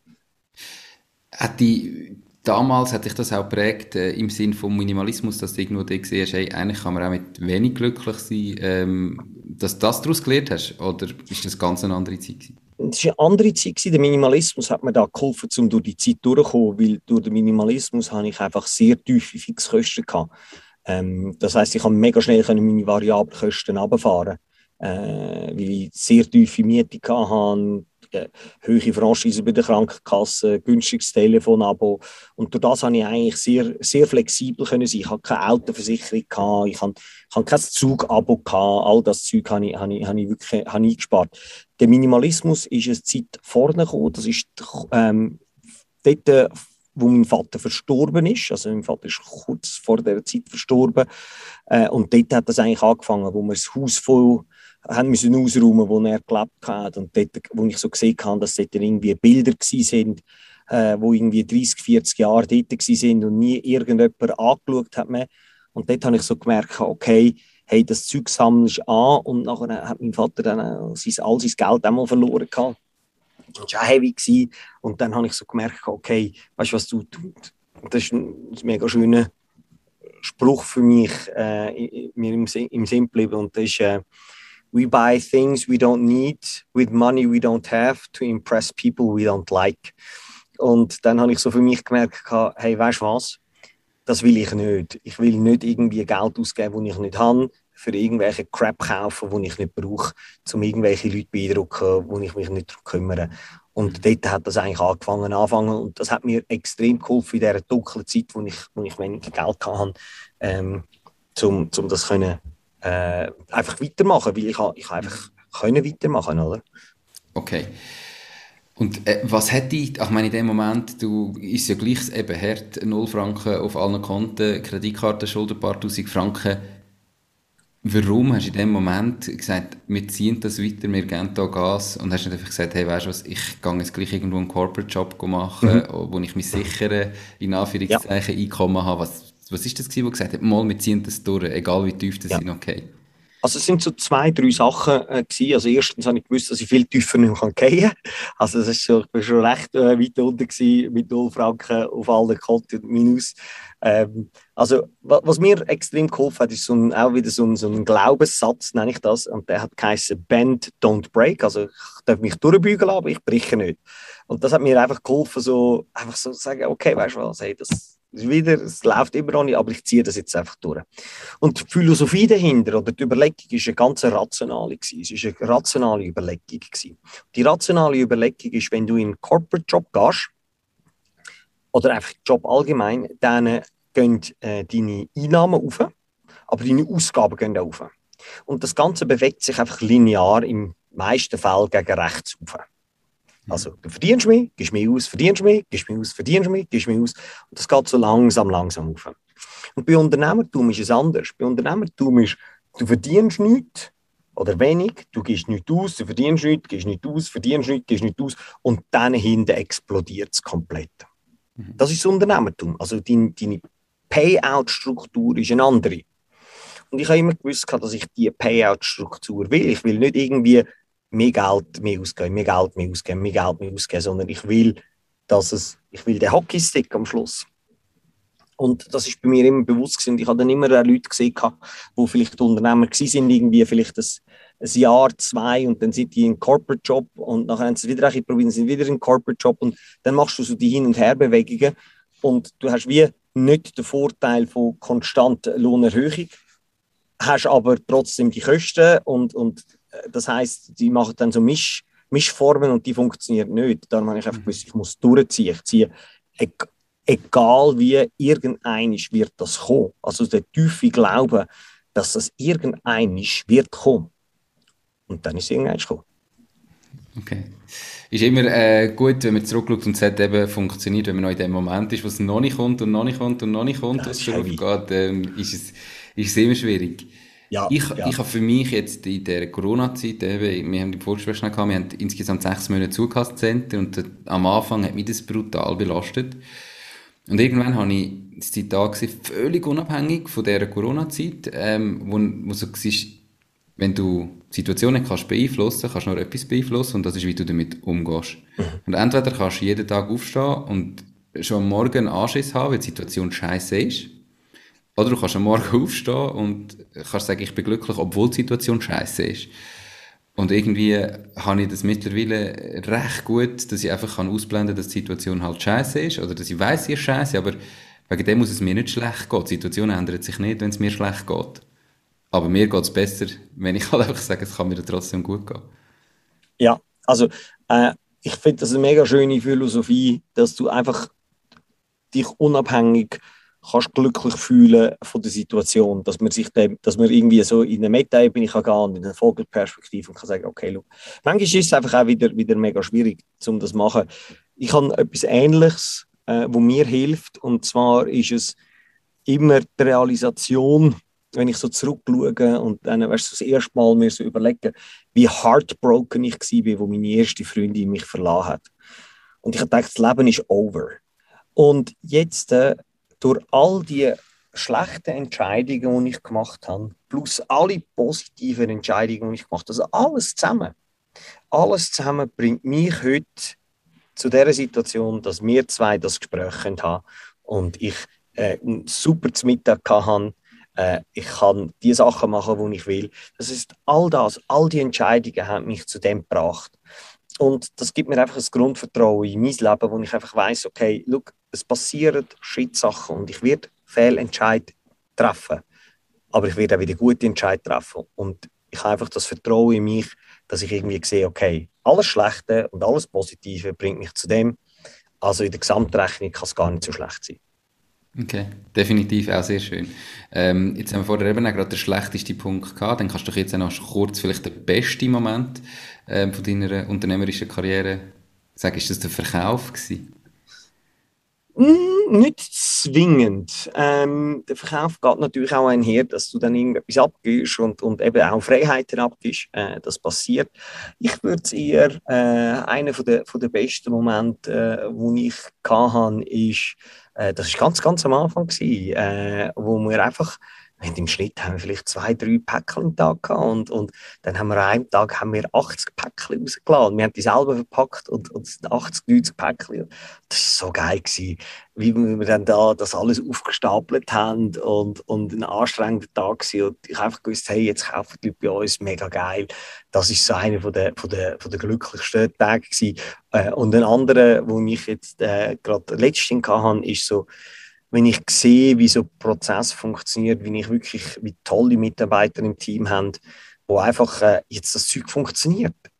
Damals hat dich das auch geprägt, im Sinn vom Minimalismus, dass du irgendwo da gesehen hast, hey, eigentlich kann man auch mit wenig glücklich sein, dass du das daraus gelernt hast? Oder ist das ganz eine andere Zeit gewesen? Es war eine andere Zeit gewesen. Der Minimalismus hat mir da geholfen, um durch die Zeit durchzukommen, weil durch den Minimalismus habe ich einfach sehr tiefe Fixkosten gehabt. Das heisst, ich konnte mega schnell meine variablen Kosten runterfahren, weil ich sehr tiefe Miete hatte, hohe Franchise bei der Krankenkasse, günstiges Telefonabo. Und durch das konnte ich eigentlich sehr, sehr flexibel sein. Ich hatte keine Autoversicherung, ich hatte kein Zugabo, all das Zeug habe ich wirklich eingespart. Der Minimalismus ist eine Zeit vorne gekommen. Das ist dort, wo mein Vater verstorben ist. Also mein Vater ist kurz vor dieser Zeit verstorben. Und dort hat das eigentlich angefangen, wo wir das Haus voll haben müssen ausräumen, wo er gelebt hat. Und dort, wo ich so gesehen habe, dass dort irgendwie Bilder sind, wo irgendwie 30, 40 Jahre dort waren und nie irgendjemand angeschaut hat mehr. Und dort habe ich so gemerkt, okay, hey, das Zeug sammelst du an. Und nachher hat mein Vater dann all sein Geld einmal verloren gehabt. Das war auch heavy gewesen. Und dann habe ich so gemerkt, okay, weißt du, was du tust? Das ist ein mega schöner Spruch für mich, mir im Sinn geblieben. Und das ist, we buy things we don't need with money we don't have to impress people we don't like. Und dann habe ich so für mich gemerkt, hey, weißt du was? Das will ich nicht. Ich will nicht irgendwie Geld ausgeben, das ich nicht habe, für irgendwelche Crap kaufen, die ich nicht brauche, um irgendwelche Leute zu beeindrucken, wo ich mich nicht darum kümmere. Und dort hat das eigentlich angefangen. Und das hat mir extrem geholfen in dieser dunklen Zeit, wo ich wenig Geld hatte, um das können, einfach weitermachen, weil ich einfach können weitermachen, oder? Okay. Und was hätte ich, ich meine, in dem Moment, du ist ja gleich eben hart, 0 Franken auf allen Konten, Kreditkartenschuld ein paar tausend Franken. Warum hast du in dem Moment gesagt, wir ziehen das weiter, wir geben da Gas und hast nicht einfach gesagt, hey, weißt du was, ich gehe jetzt gleich irgendwo einen Corporate-Job machen, wo ich mich sichere, in Anführungszeichen, Einkommen habe. Was ist das gewesen, wo du gesagt hast, mal, wir ziehen das durch, egal wie tief das sind, okay? Also es sind so 2, 3 Sachen gewesen. Also erstens habe ich gewusst, dass ich viel tiefer nicht mehr fallen kann. Also das ist so, ich war schon recht weit unten gewesen, mit 0 Franken auf allen Konten minus. Also was mir extrem geholfen hat, ist auch wieder so ein Glaubenssatz, nenne ich das. Und der hat geheißen, Bend, don't break. Also ich darf mich durchbügeln, aber ich breche nicht. Und das hat mir einfach geholfen, so einfach so zu sagen, okay, weißt du was, hey, es läuft immer noch nicht, aber ich ziehe das jetzt einfach durch. Und die Philosophie dahinter oder die Überlegung ist eine ganz rationale gewesen. Es war eine rationale Überlegung gewesen. Die rationale Überlegung ist, wenn du in einen Corporate Job gehst oder einfach Job allgemein, dann gehen deine Einnahmen rauf, aber deine Ausgaben gehen auch rauf. Und das Ganze bewegt sich einfach linear im meisten Fall gegen rechts rauf. Also du verdienst mehr, gibst mehr aus, verdienst mehr, gibst mehr aus, verdienst mehr, gibst mehr aus. Und das geht so langsam rauf. Und bei Unternehmertum ist es anders. Bei Unternehmertum ist, du verdienst nichts oder wenig, du gibst nichts aus, du verdienst nichts, gibst nichts aus, verdienst nichts, gibst nichts aus und dann hinten explodiert es komplett. Das ist das Unternehmertum. Also deine Payout-Struktur ist eine andere. Und ich habe immer gewusst, dass ich diese Payout-Struktur will. Ich will nicht irgendwie mehr Geld mehr ausgeben, mehr Geld mehr ausgeben, mehr Geld mehr ausgeben, sondern ich will, ich will den Hockeystick am Schluss. Und das ist bei mir immer bewusst gewesen. Und ich habe dann immer Leute gesehen, die vielleicht Unternehmer waren, irgendwie vielleicht ein Jahr, 2 und dann sind die in Corporate Job und nachher haben sie es wieder ein bisschen probiert, sind wieder in Corporate Job und dann machst du so die Hin- und Herbewegungen und du hast wie nicht den Vorteil von konstanter Lohnerhöhung, hast aber trotzdem die Kosten und das heisst, die machen dann so Mischformen und die funktionieren nicht. Darum habe ich einfach gewusst, ich muss durchziehen. Ich ziehe, egal wie, irgendeinisch wird das kommen. Also der tiefe Glaube, dass das irgendeinisch wird kommen. Und dann ist es irgendeinisch gekommen. Okay. Ist immer gut, wenn man zurückschaut und es hat eben funktioniert, wenn man noch in dem Moment ist, wo es noch nicht kommt und noch nicht kommt und noch nicht kommt, was darauf geht, ist es immer schwierig. Ja, ich habe für mich jetzt in der Corona-Zeit, wir haben im Vorgespräch gehabt, wir haben insgesamt 6 Monate Zugkassencenter und am Anfang hat mich das brutal belastet. Und irgendwann habe ich das Zitat gesehen, völlig unabhängig von dieser Corona-Zeit, wo so war, wenn du Situationen kannst beeinflussen, kannst du nur etwas beeinflussen und das ist, wie du damit umgehst. Und entweder kannst du jeden Tag aufstehen und schon am Morgen einen Anschiss haben, weil die Situation scheiße ist, oder du kannst am Morgen aufstehen und kannst sagen, ich bin glücklich, obwohl die Situation scheiße ist. Und irgendwie habe ich das mittlerweile recht gut, dass ich einfach ausblenden kann, dass die Situation halt scheiße ist, oder dass ich weiss, sie ist scheiße, aber wegen dem muss es mir nicht schlecht gehen. Die Situation ändert sich nicht, wenn es mir schlecht geht. Aber mir geht es besser, wenn ich halt einfach sage, es kann mir dann trotzdem gut gehen. Ja, also ich finde das eine mega schöne Philosophie, dass du einfach dich unabhängig kannst glücklich fühlen von der Situation, dass man irgendwie so in eine Meta-Ebene kann gehen und in eine Vogelperspektive und kann sagen, okay, look. Manchmal ist es einfach auch wieder mega schwierig, um das zu machen. Ich habe etwas Ähnliches, wo mir hilft, und zwar ist es immer die Realisation, wenn ich so zurückschaue und dann weißt du, das erste Mal mir so überlege, wie heartbroken ich war, wo meine erste Freundin mich verlassen hat. Und ich habe gedacht, das Leben ist over. Und jetzt, durch all die schlechten Entscheidungen, die ich gemacht habe, plus alle positiven Entscheidungen, die ich gemacht habe, also alles zusammen bringt mich heute zu der Situation, dass wir zwei das Gespräch haben und ich super zu Mittag hatte. Ich kann die Sachen machen, die ich will. Das ist all die Entscheidungen haben mich zu dem gebracht. Und das gibt mir einfach ein Grundvertrauen in mein Leben, wo ich einfach weiss, okay, look, es passieren Schrittsachen und ich werde Fehlentscheid treffen. Aber ich werde auch wieder gute Entscheid treffen. Und ich habe einfach das Vertrauen in mich, dass ich irgendwie sehe, okay, alles Schlechte und alles Positive bringt mich zu dem. Also in der Gesamtrechnung kann es gar nicht so schlecht sein. Okay, definitiv auch sehr schön. Jetzt haben wir vorher eben auch gerade den schlechtesten Punkt gehabt. Dann kannst du doch jetzt auch noch kurz vielleicht den besten Moment von deiner unternehmerischen Karriere sagen. Ist das der Verkauf gewesen? Nicht zwingend. Der Verkauf geht natürlich auch einher, dass du dann irgendetwas abgibst und eben auch Freiheiten abgibst. Das passiert. Ich würde es eher, einer von der besten Momente, die ich hatte, ist, das war ganz, ganz am Anfang, wo wir einfach, im Schnitt haben wir vielleicht 2, 3 Päckchen am Tag gehabt und dann haben wir an einem Tag 80 Päckchen rausgeladen. Wir haben die selber verpackt und es sind 80, 90 Päckchen. Das war so geil gewesen, wie wir dann da das alles aufgestapelt haben und ein anstrengender Tag war. Und ich habe einfach gewusst, hey, jetzt kaufen die Leute bei uns, mega geil. Das ist so einer von der glücklichsten Tage gewesen. Und ein anderer, wo ich jetzt gerade letztens hatte, ist so, wenn ich sehe, wie so ein Prozess funktioniert, wie tolle Mitarbeiter im Team haben, wo einfach jetzt das Zeug funktioniert.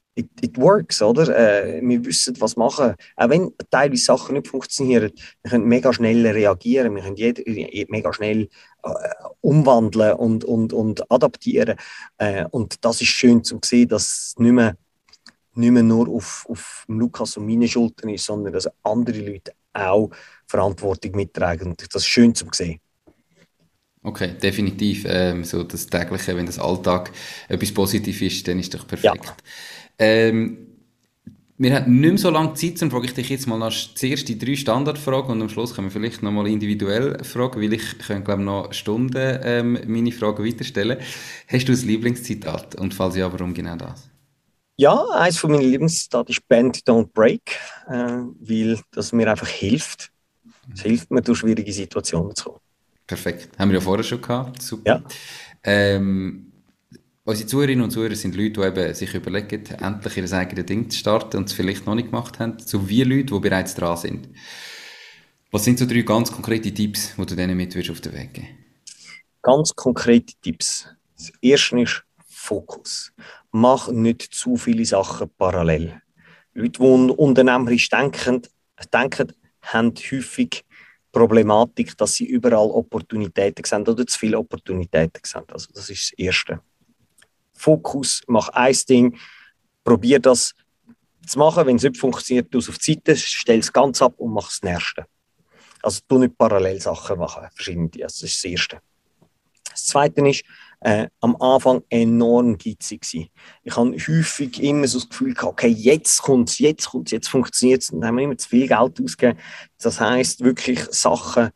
it works, oder? Wir wissen, was machen. Auch wenn teilweise Sachen nicht funktionieren, wir können mega schnell reagieren, wir können mega schnell umwandeln und adaptieren. Und das ist schön zu sehen, dass es nicht mehr nur auf Lukas und meine Schultern ist, sondern dass andere Leute auch Verantwortung mittragen. Und das ist schön zu sehen. Okay, definitiv. So das Tägliche, wenn das Alltag etwas Positives ist, dann ist doch Ja, perfekt. Ähm, Wir haben nicht mehr so lange Zeit, dann frage ich dich jetzt mal nach zuerst die 3 Standardfragen und am Schluss können wir vielleicht nochmal individuell fragen, weil ich könnte, glaube ich, noch Stunden meine Fragen weiterstellen. Hast du ein Lieblingszitat? Und falls ja, warum genau das? ja, eines von meinen Lieblingszitate ist Bend, don't break, weil das mir einfach hilft. Es hilft mir, durch schwierige Situationen zu kommen. Perfekt. Haben wir ja vorher schon gehabt. Super. Ja, Ähm, Unsere Zuhörerinnen und Zuhörer sind Leute, die eben sich überlegen, endlich ihr eigenes Ding zu starten und es vielleicht noch nicht gemacht haben, sowie Leute, die bereits dran sind. Was sind so 3 ganz konkrete Tipps, die du denen mit würdest auf den Weg geben? ganz konkrete Tipps. Das erste ist Fokus. Mach nicht zu viele Sachen parallel. Leute, die unternehmerisch denken, haben häufig Problematik, dass sie überall Opportunitäten sehen oder zu viele Opportunitäten sehen. Also das ist das Erste. Fokus, mach ein Ding, probier das zu machen. Wenn es nicht funktioniert, tu es auf die Seite, stell es ganz ab und mach das Nächste. Also tu nicht parallel Sachen machen, verschiedene. Das ist das Erste. Das Zweite ist, am Anfang enorm geizig sein. Ich habe häufig immer so das Gefühl gehabt, okay, jetzt kommt es, jetzt funktioniert es. Und dann haben wir immer zu viel Geld ausgegeben. Das heisst, wirklich Sachen,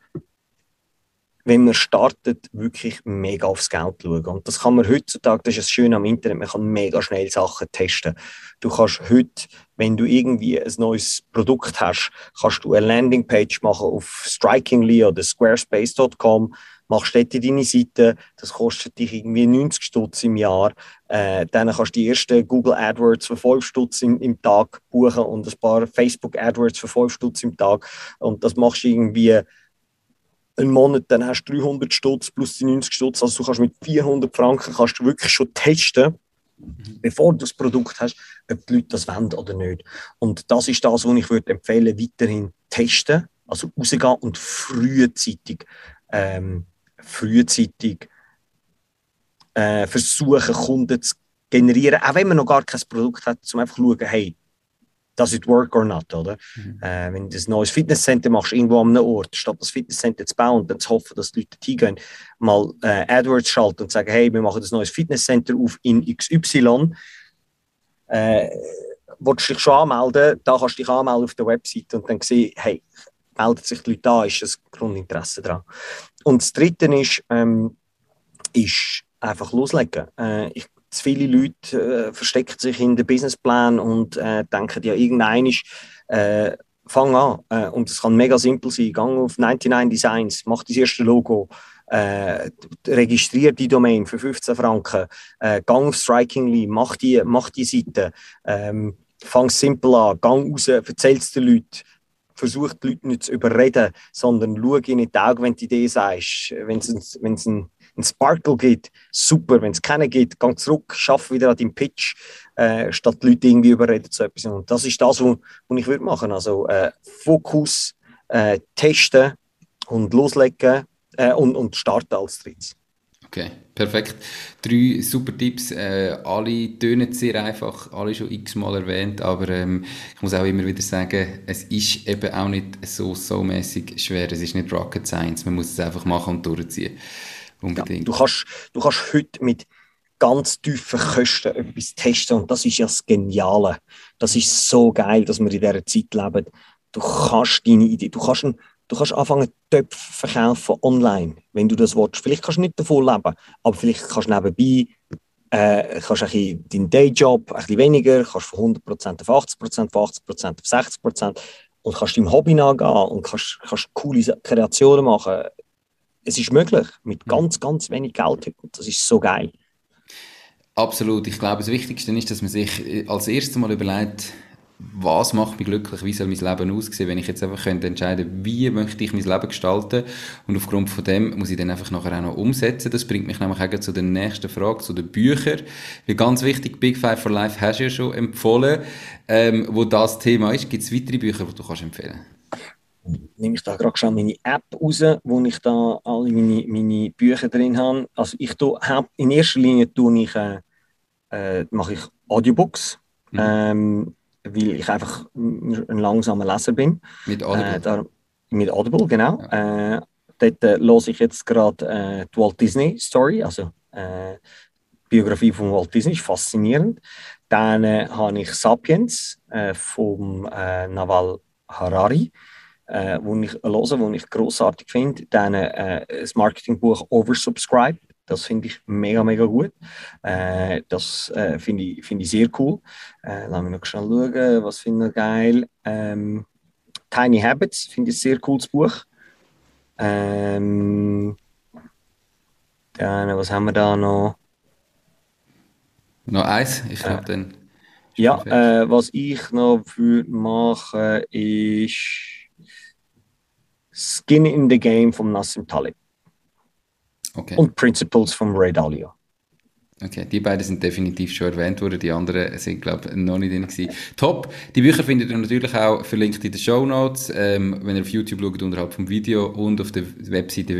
wenn man startet, wirklich mega aufs Geld schauen. Und das kann man heutzutage, das ist das Schöne am Internet, man kann mega schnell Sachen testen. Du kannst heute, wenn du irgendwie ein neues Produkt hast, kannst du eine Landingpage machen auf Strikingly oder squarespace.com, machst dort deine Seite, das kostet dich irgendwie 90 Stutz im Jahr. Dann kannst du die ersten Google AdWords für 5 Stutz im Tag buchen und ein paar Facebook AdWords für 5 Stutz im Tag. Und das machst du irgendwie einen Monat, dann hast du 300 Stutz plus die 90 Stutz. Also du kannst mit 400 Franken kannst du wirklich schon testen, bevor du das Produkt hast, ob die Leute das wollen oder nicht. Und das ist das, was ich würde empfehlen, weiterhin testen, also rausgehen und frühzeitig versuchen, Kunden zu generieren, auch wenn man noch gar kein Produkt hat, um einfach zu schauen, hey, does it work or not, oder? Wenn du ein neues Fitnesscenter machst, irgendwo an einem Ort, statt das Fitnesscenter zu bauen und dann zu hoffen, dass die Leute hingehen, mal AdWords schalten und sagen, hey, wir machen ein neues Fitnesscenter auf in XY, willst du dich schon anmelden, da kannst du dich anmelden auf der Website und dann sehen, hey, melden sich die Leute an, ist das Grundinteresse daran. Und das Dritte ist einfach loslegen. Zu viele Leute verstecken sich in den Businessplan und denken, ja, irgendein ist, fang an. Und es kann mega simpel sein. Gang auf 99 Designs, mach das erste Logo, registriere die Domain für 15 Franken, gang auf Strikingly, mach die Seite, fang simpel an, gang raus, erzähl es den Leuten. Versuch die Leute nicht zu überreden, sondern schau ihnen in die Augen, wenn du die Idee sagst. Wenn es einen Sparkle gibt, super. Wenn es keinen gibt, geh zurück, schaff wieder an deinem Pitch, statt die Leute irgendwie überreden zu etwas. Und das ist das, was ich würde machen. Also Fokus, testen und loslegen und starten als drittes. Okay, perfekt. 3 super Tipps. Alle tönen sehr einfach, alle schon x-mal erwähnt, aber ich muss auch immer wieder sagen, es ist eben auch nicht so mäßig schwer. Es ist nicht Rocket Science. Man muss es einfach machen und durchziehen. Unbedingt. Ja, du kannst heute mit ganz tiefen Kosten etwas testen und das ist ja das Geniale. Das ist so geil, dass wir in dieser Zeit leben. Du kannst deine Idee, du kannst anfangen, Töpfe verkaufen online, wenn du das willst. Vielleicht kannst du nicht davon leben, aber vielleicht kannst du nebenbei kannst ein bisschen deinen Dayjob ein bisschen weniger, kannst von 100% auf 80%, von 80% auf 60% und kannst deinem Hobby nachgehen und kannst coole Kreationen machen. Es ist möglich, mit ganz, ganz wenig Geld. Das ist so geil. Absolut. Ich glaube, das Wichtigste ist, dass man sich als erstes mal überlegt, was macht mich glücklich, wie soll mein Leben aussehen, wenn ich jetzt einfach könnte entscheiden, wie möchte ich mein Leben gestalten, und aufgrund von dem muss ich dann einfach nachher auch noch umsetzen. Das bringt mich nämlich auch zu der nächsten Frage, zu den Büchern. Wie ganz wichtig, Big Five for Life hast du ja schon empfohlen, wo das Thema ist. Gibt es weitere Bücher, die du kannst empfehlen? Nehme ich da gerade schon meine App raus, wo ich da alle meine Bücher drin habe. Also in erster Linie mache ich Audiobooks, weil ich einfach ein langsamer Leser bin. Mit Audible? Mit Audible, genau. Ja. Dort höre ich jetzt gerade die Walt Disney Story, also die Biografie von Walt Disney, ist faszinierend. Dann habe ich Sapiens vom Naval Harari, wo ich grossartig finde. Dann das Marketingbuch Oversubscribe, das finde ich mega, mega gut. Das finde ich sehr cool. Lass mich noch schnell schauen, was finde ich geil. Tiny Habits finde ich ein sehr cooles Buch. Dann, was haben wir da noch? Noch eins? Ich glaube dann. Ja, was ich noch mache, ist Skin in the Game von Nassim Taleb. Okay. Und Principles von Ray Dalio. Okay, die beiden sind definitiv schon erwähnt worden, die anderen sind, glaube ich, noch nicht drin gewesen. Top! Die Bücher findet ihr natürlich auch verlinkt in den Shownotes, wenn ihr auf YouTube schaut, unterhalb vom Video, und auf der Webseite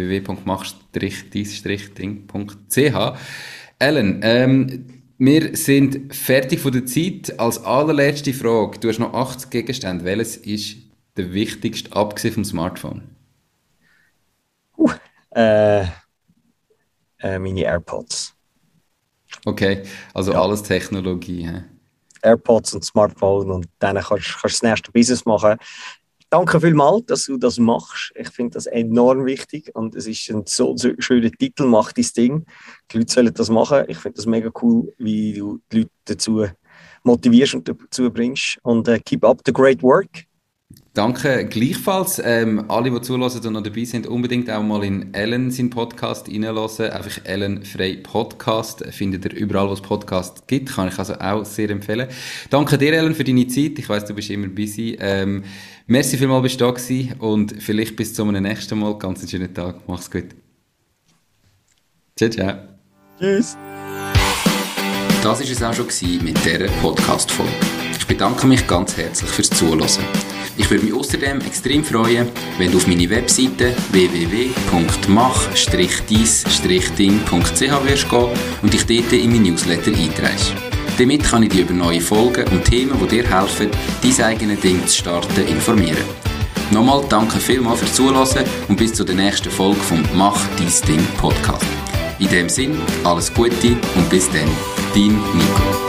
www.mach-dies-ding.ch. Alan, wir sind fertig von der Zeit. Als allerletzte Frage, du hast noch 80 Gegenstände. Welches ist der wichtigste, abgesehen vom Smartphone? Meine AirPods. Okay, also ja. Alles Technologie. He? AirPods und Smartphone, und dann kannst du das nächste Business machen. Danke vielmals, dass du das machst. Ich finde das enorm wichtig, und es ist ein so schöner Titel, «Mach dein Ding». Die Leute sollen das machen. Ich finde das mega cool, wie du die Leute dazu motivierst und dazu bringst. Und keep up the great work. Danke gleichfalls. Alle, die zuhören und noch dabei sind, unbedingt auch mal in Alan seinen Podcast reinhören. Einfach Alan Frey Podcast. Findet ihr überall, wo es Podcasts gibt. Kann ich also auch sehr empfehlen. Danke dir, Alan, für deine Zeit. Ich weiss, du bist immer busy. Merci vielmals, bist du da gewesen, und vielleicht bis zum nächsten Mal. Ganz einen schönen Tag. Mach's gut. Ciao, ciao. Tschüss. Das war es auch schon mit dieser Podcast-Folge. Ich bedanke mich ganz herzlich fürs Zuhören. Ich würde mich außerdem extrem freuen, wenn du auf meine Webseite www.mach-dies-ding.ch wirst gehen und dich dort in mein Newsletter einträgst. Damit kann ich dich über neue Folgen und Themen, die dir helfen, dein eigenes Ding zu starten, informieren. Nochmal danke vielmals fürs Zuhören und bis zur nächsten Folge vom «Mach dein Ding» Podcast. In dem Sinn, alles Gute und bis dann, dein Nico.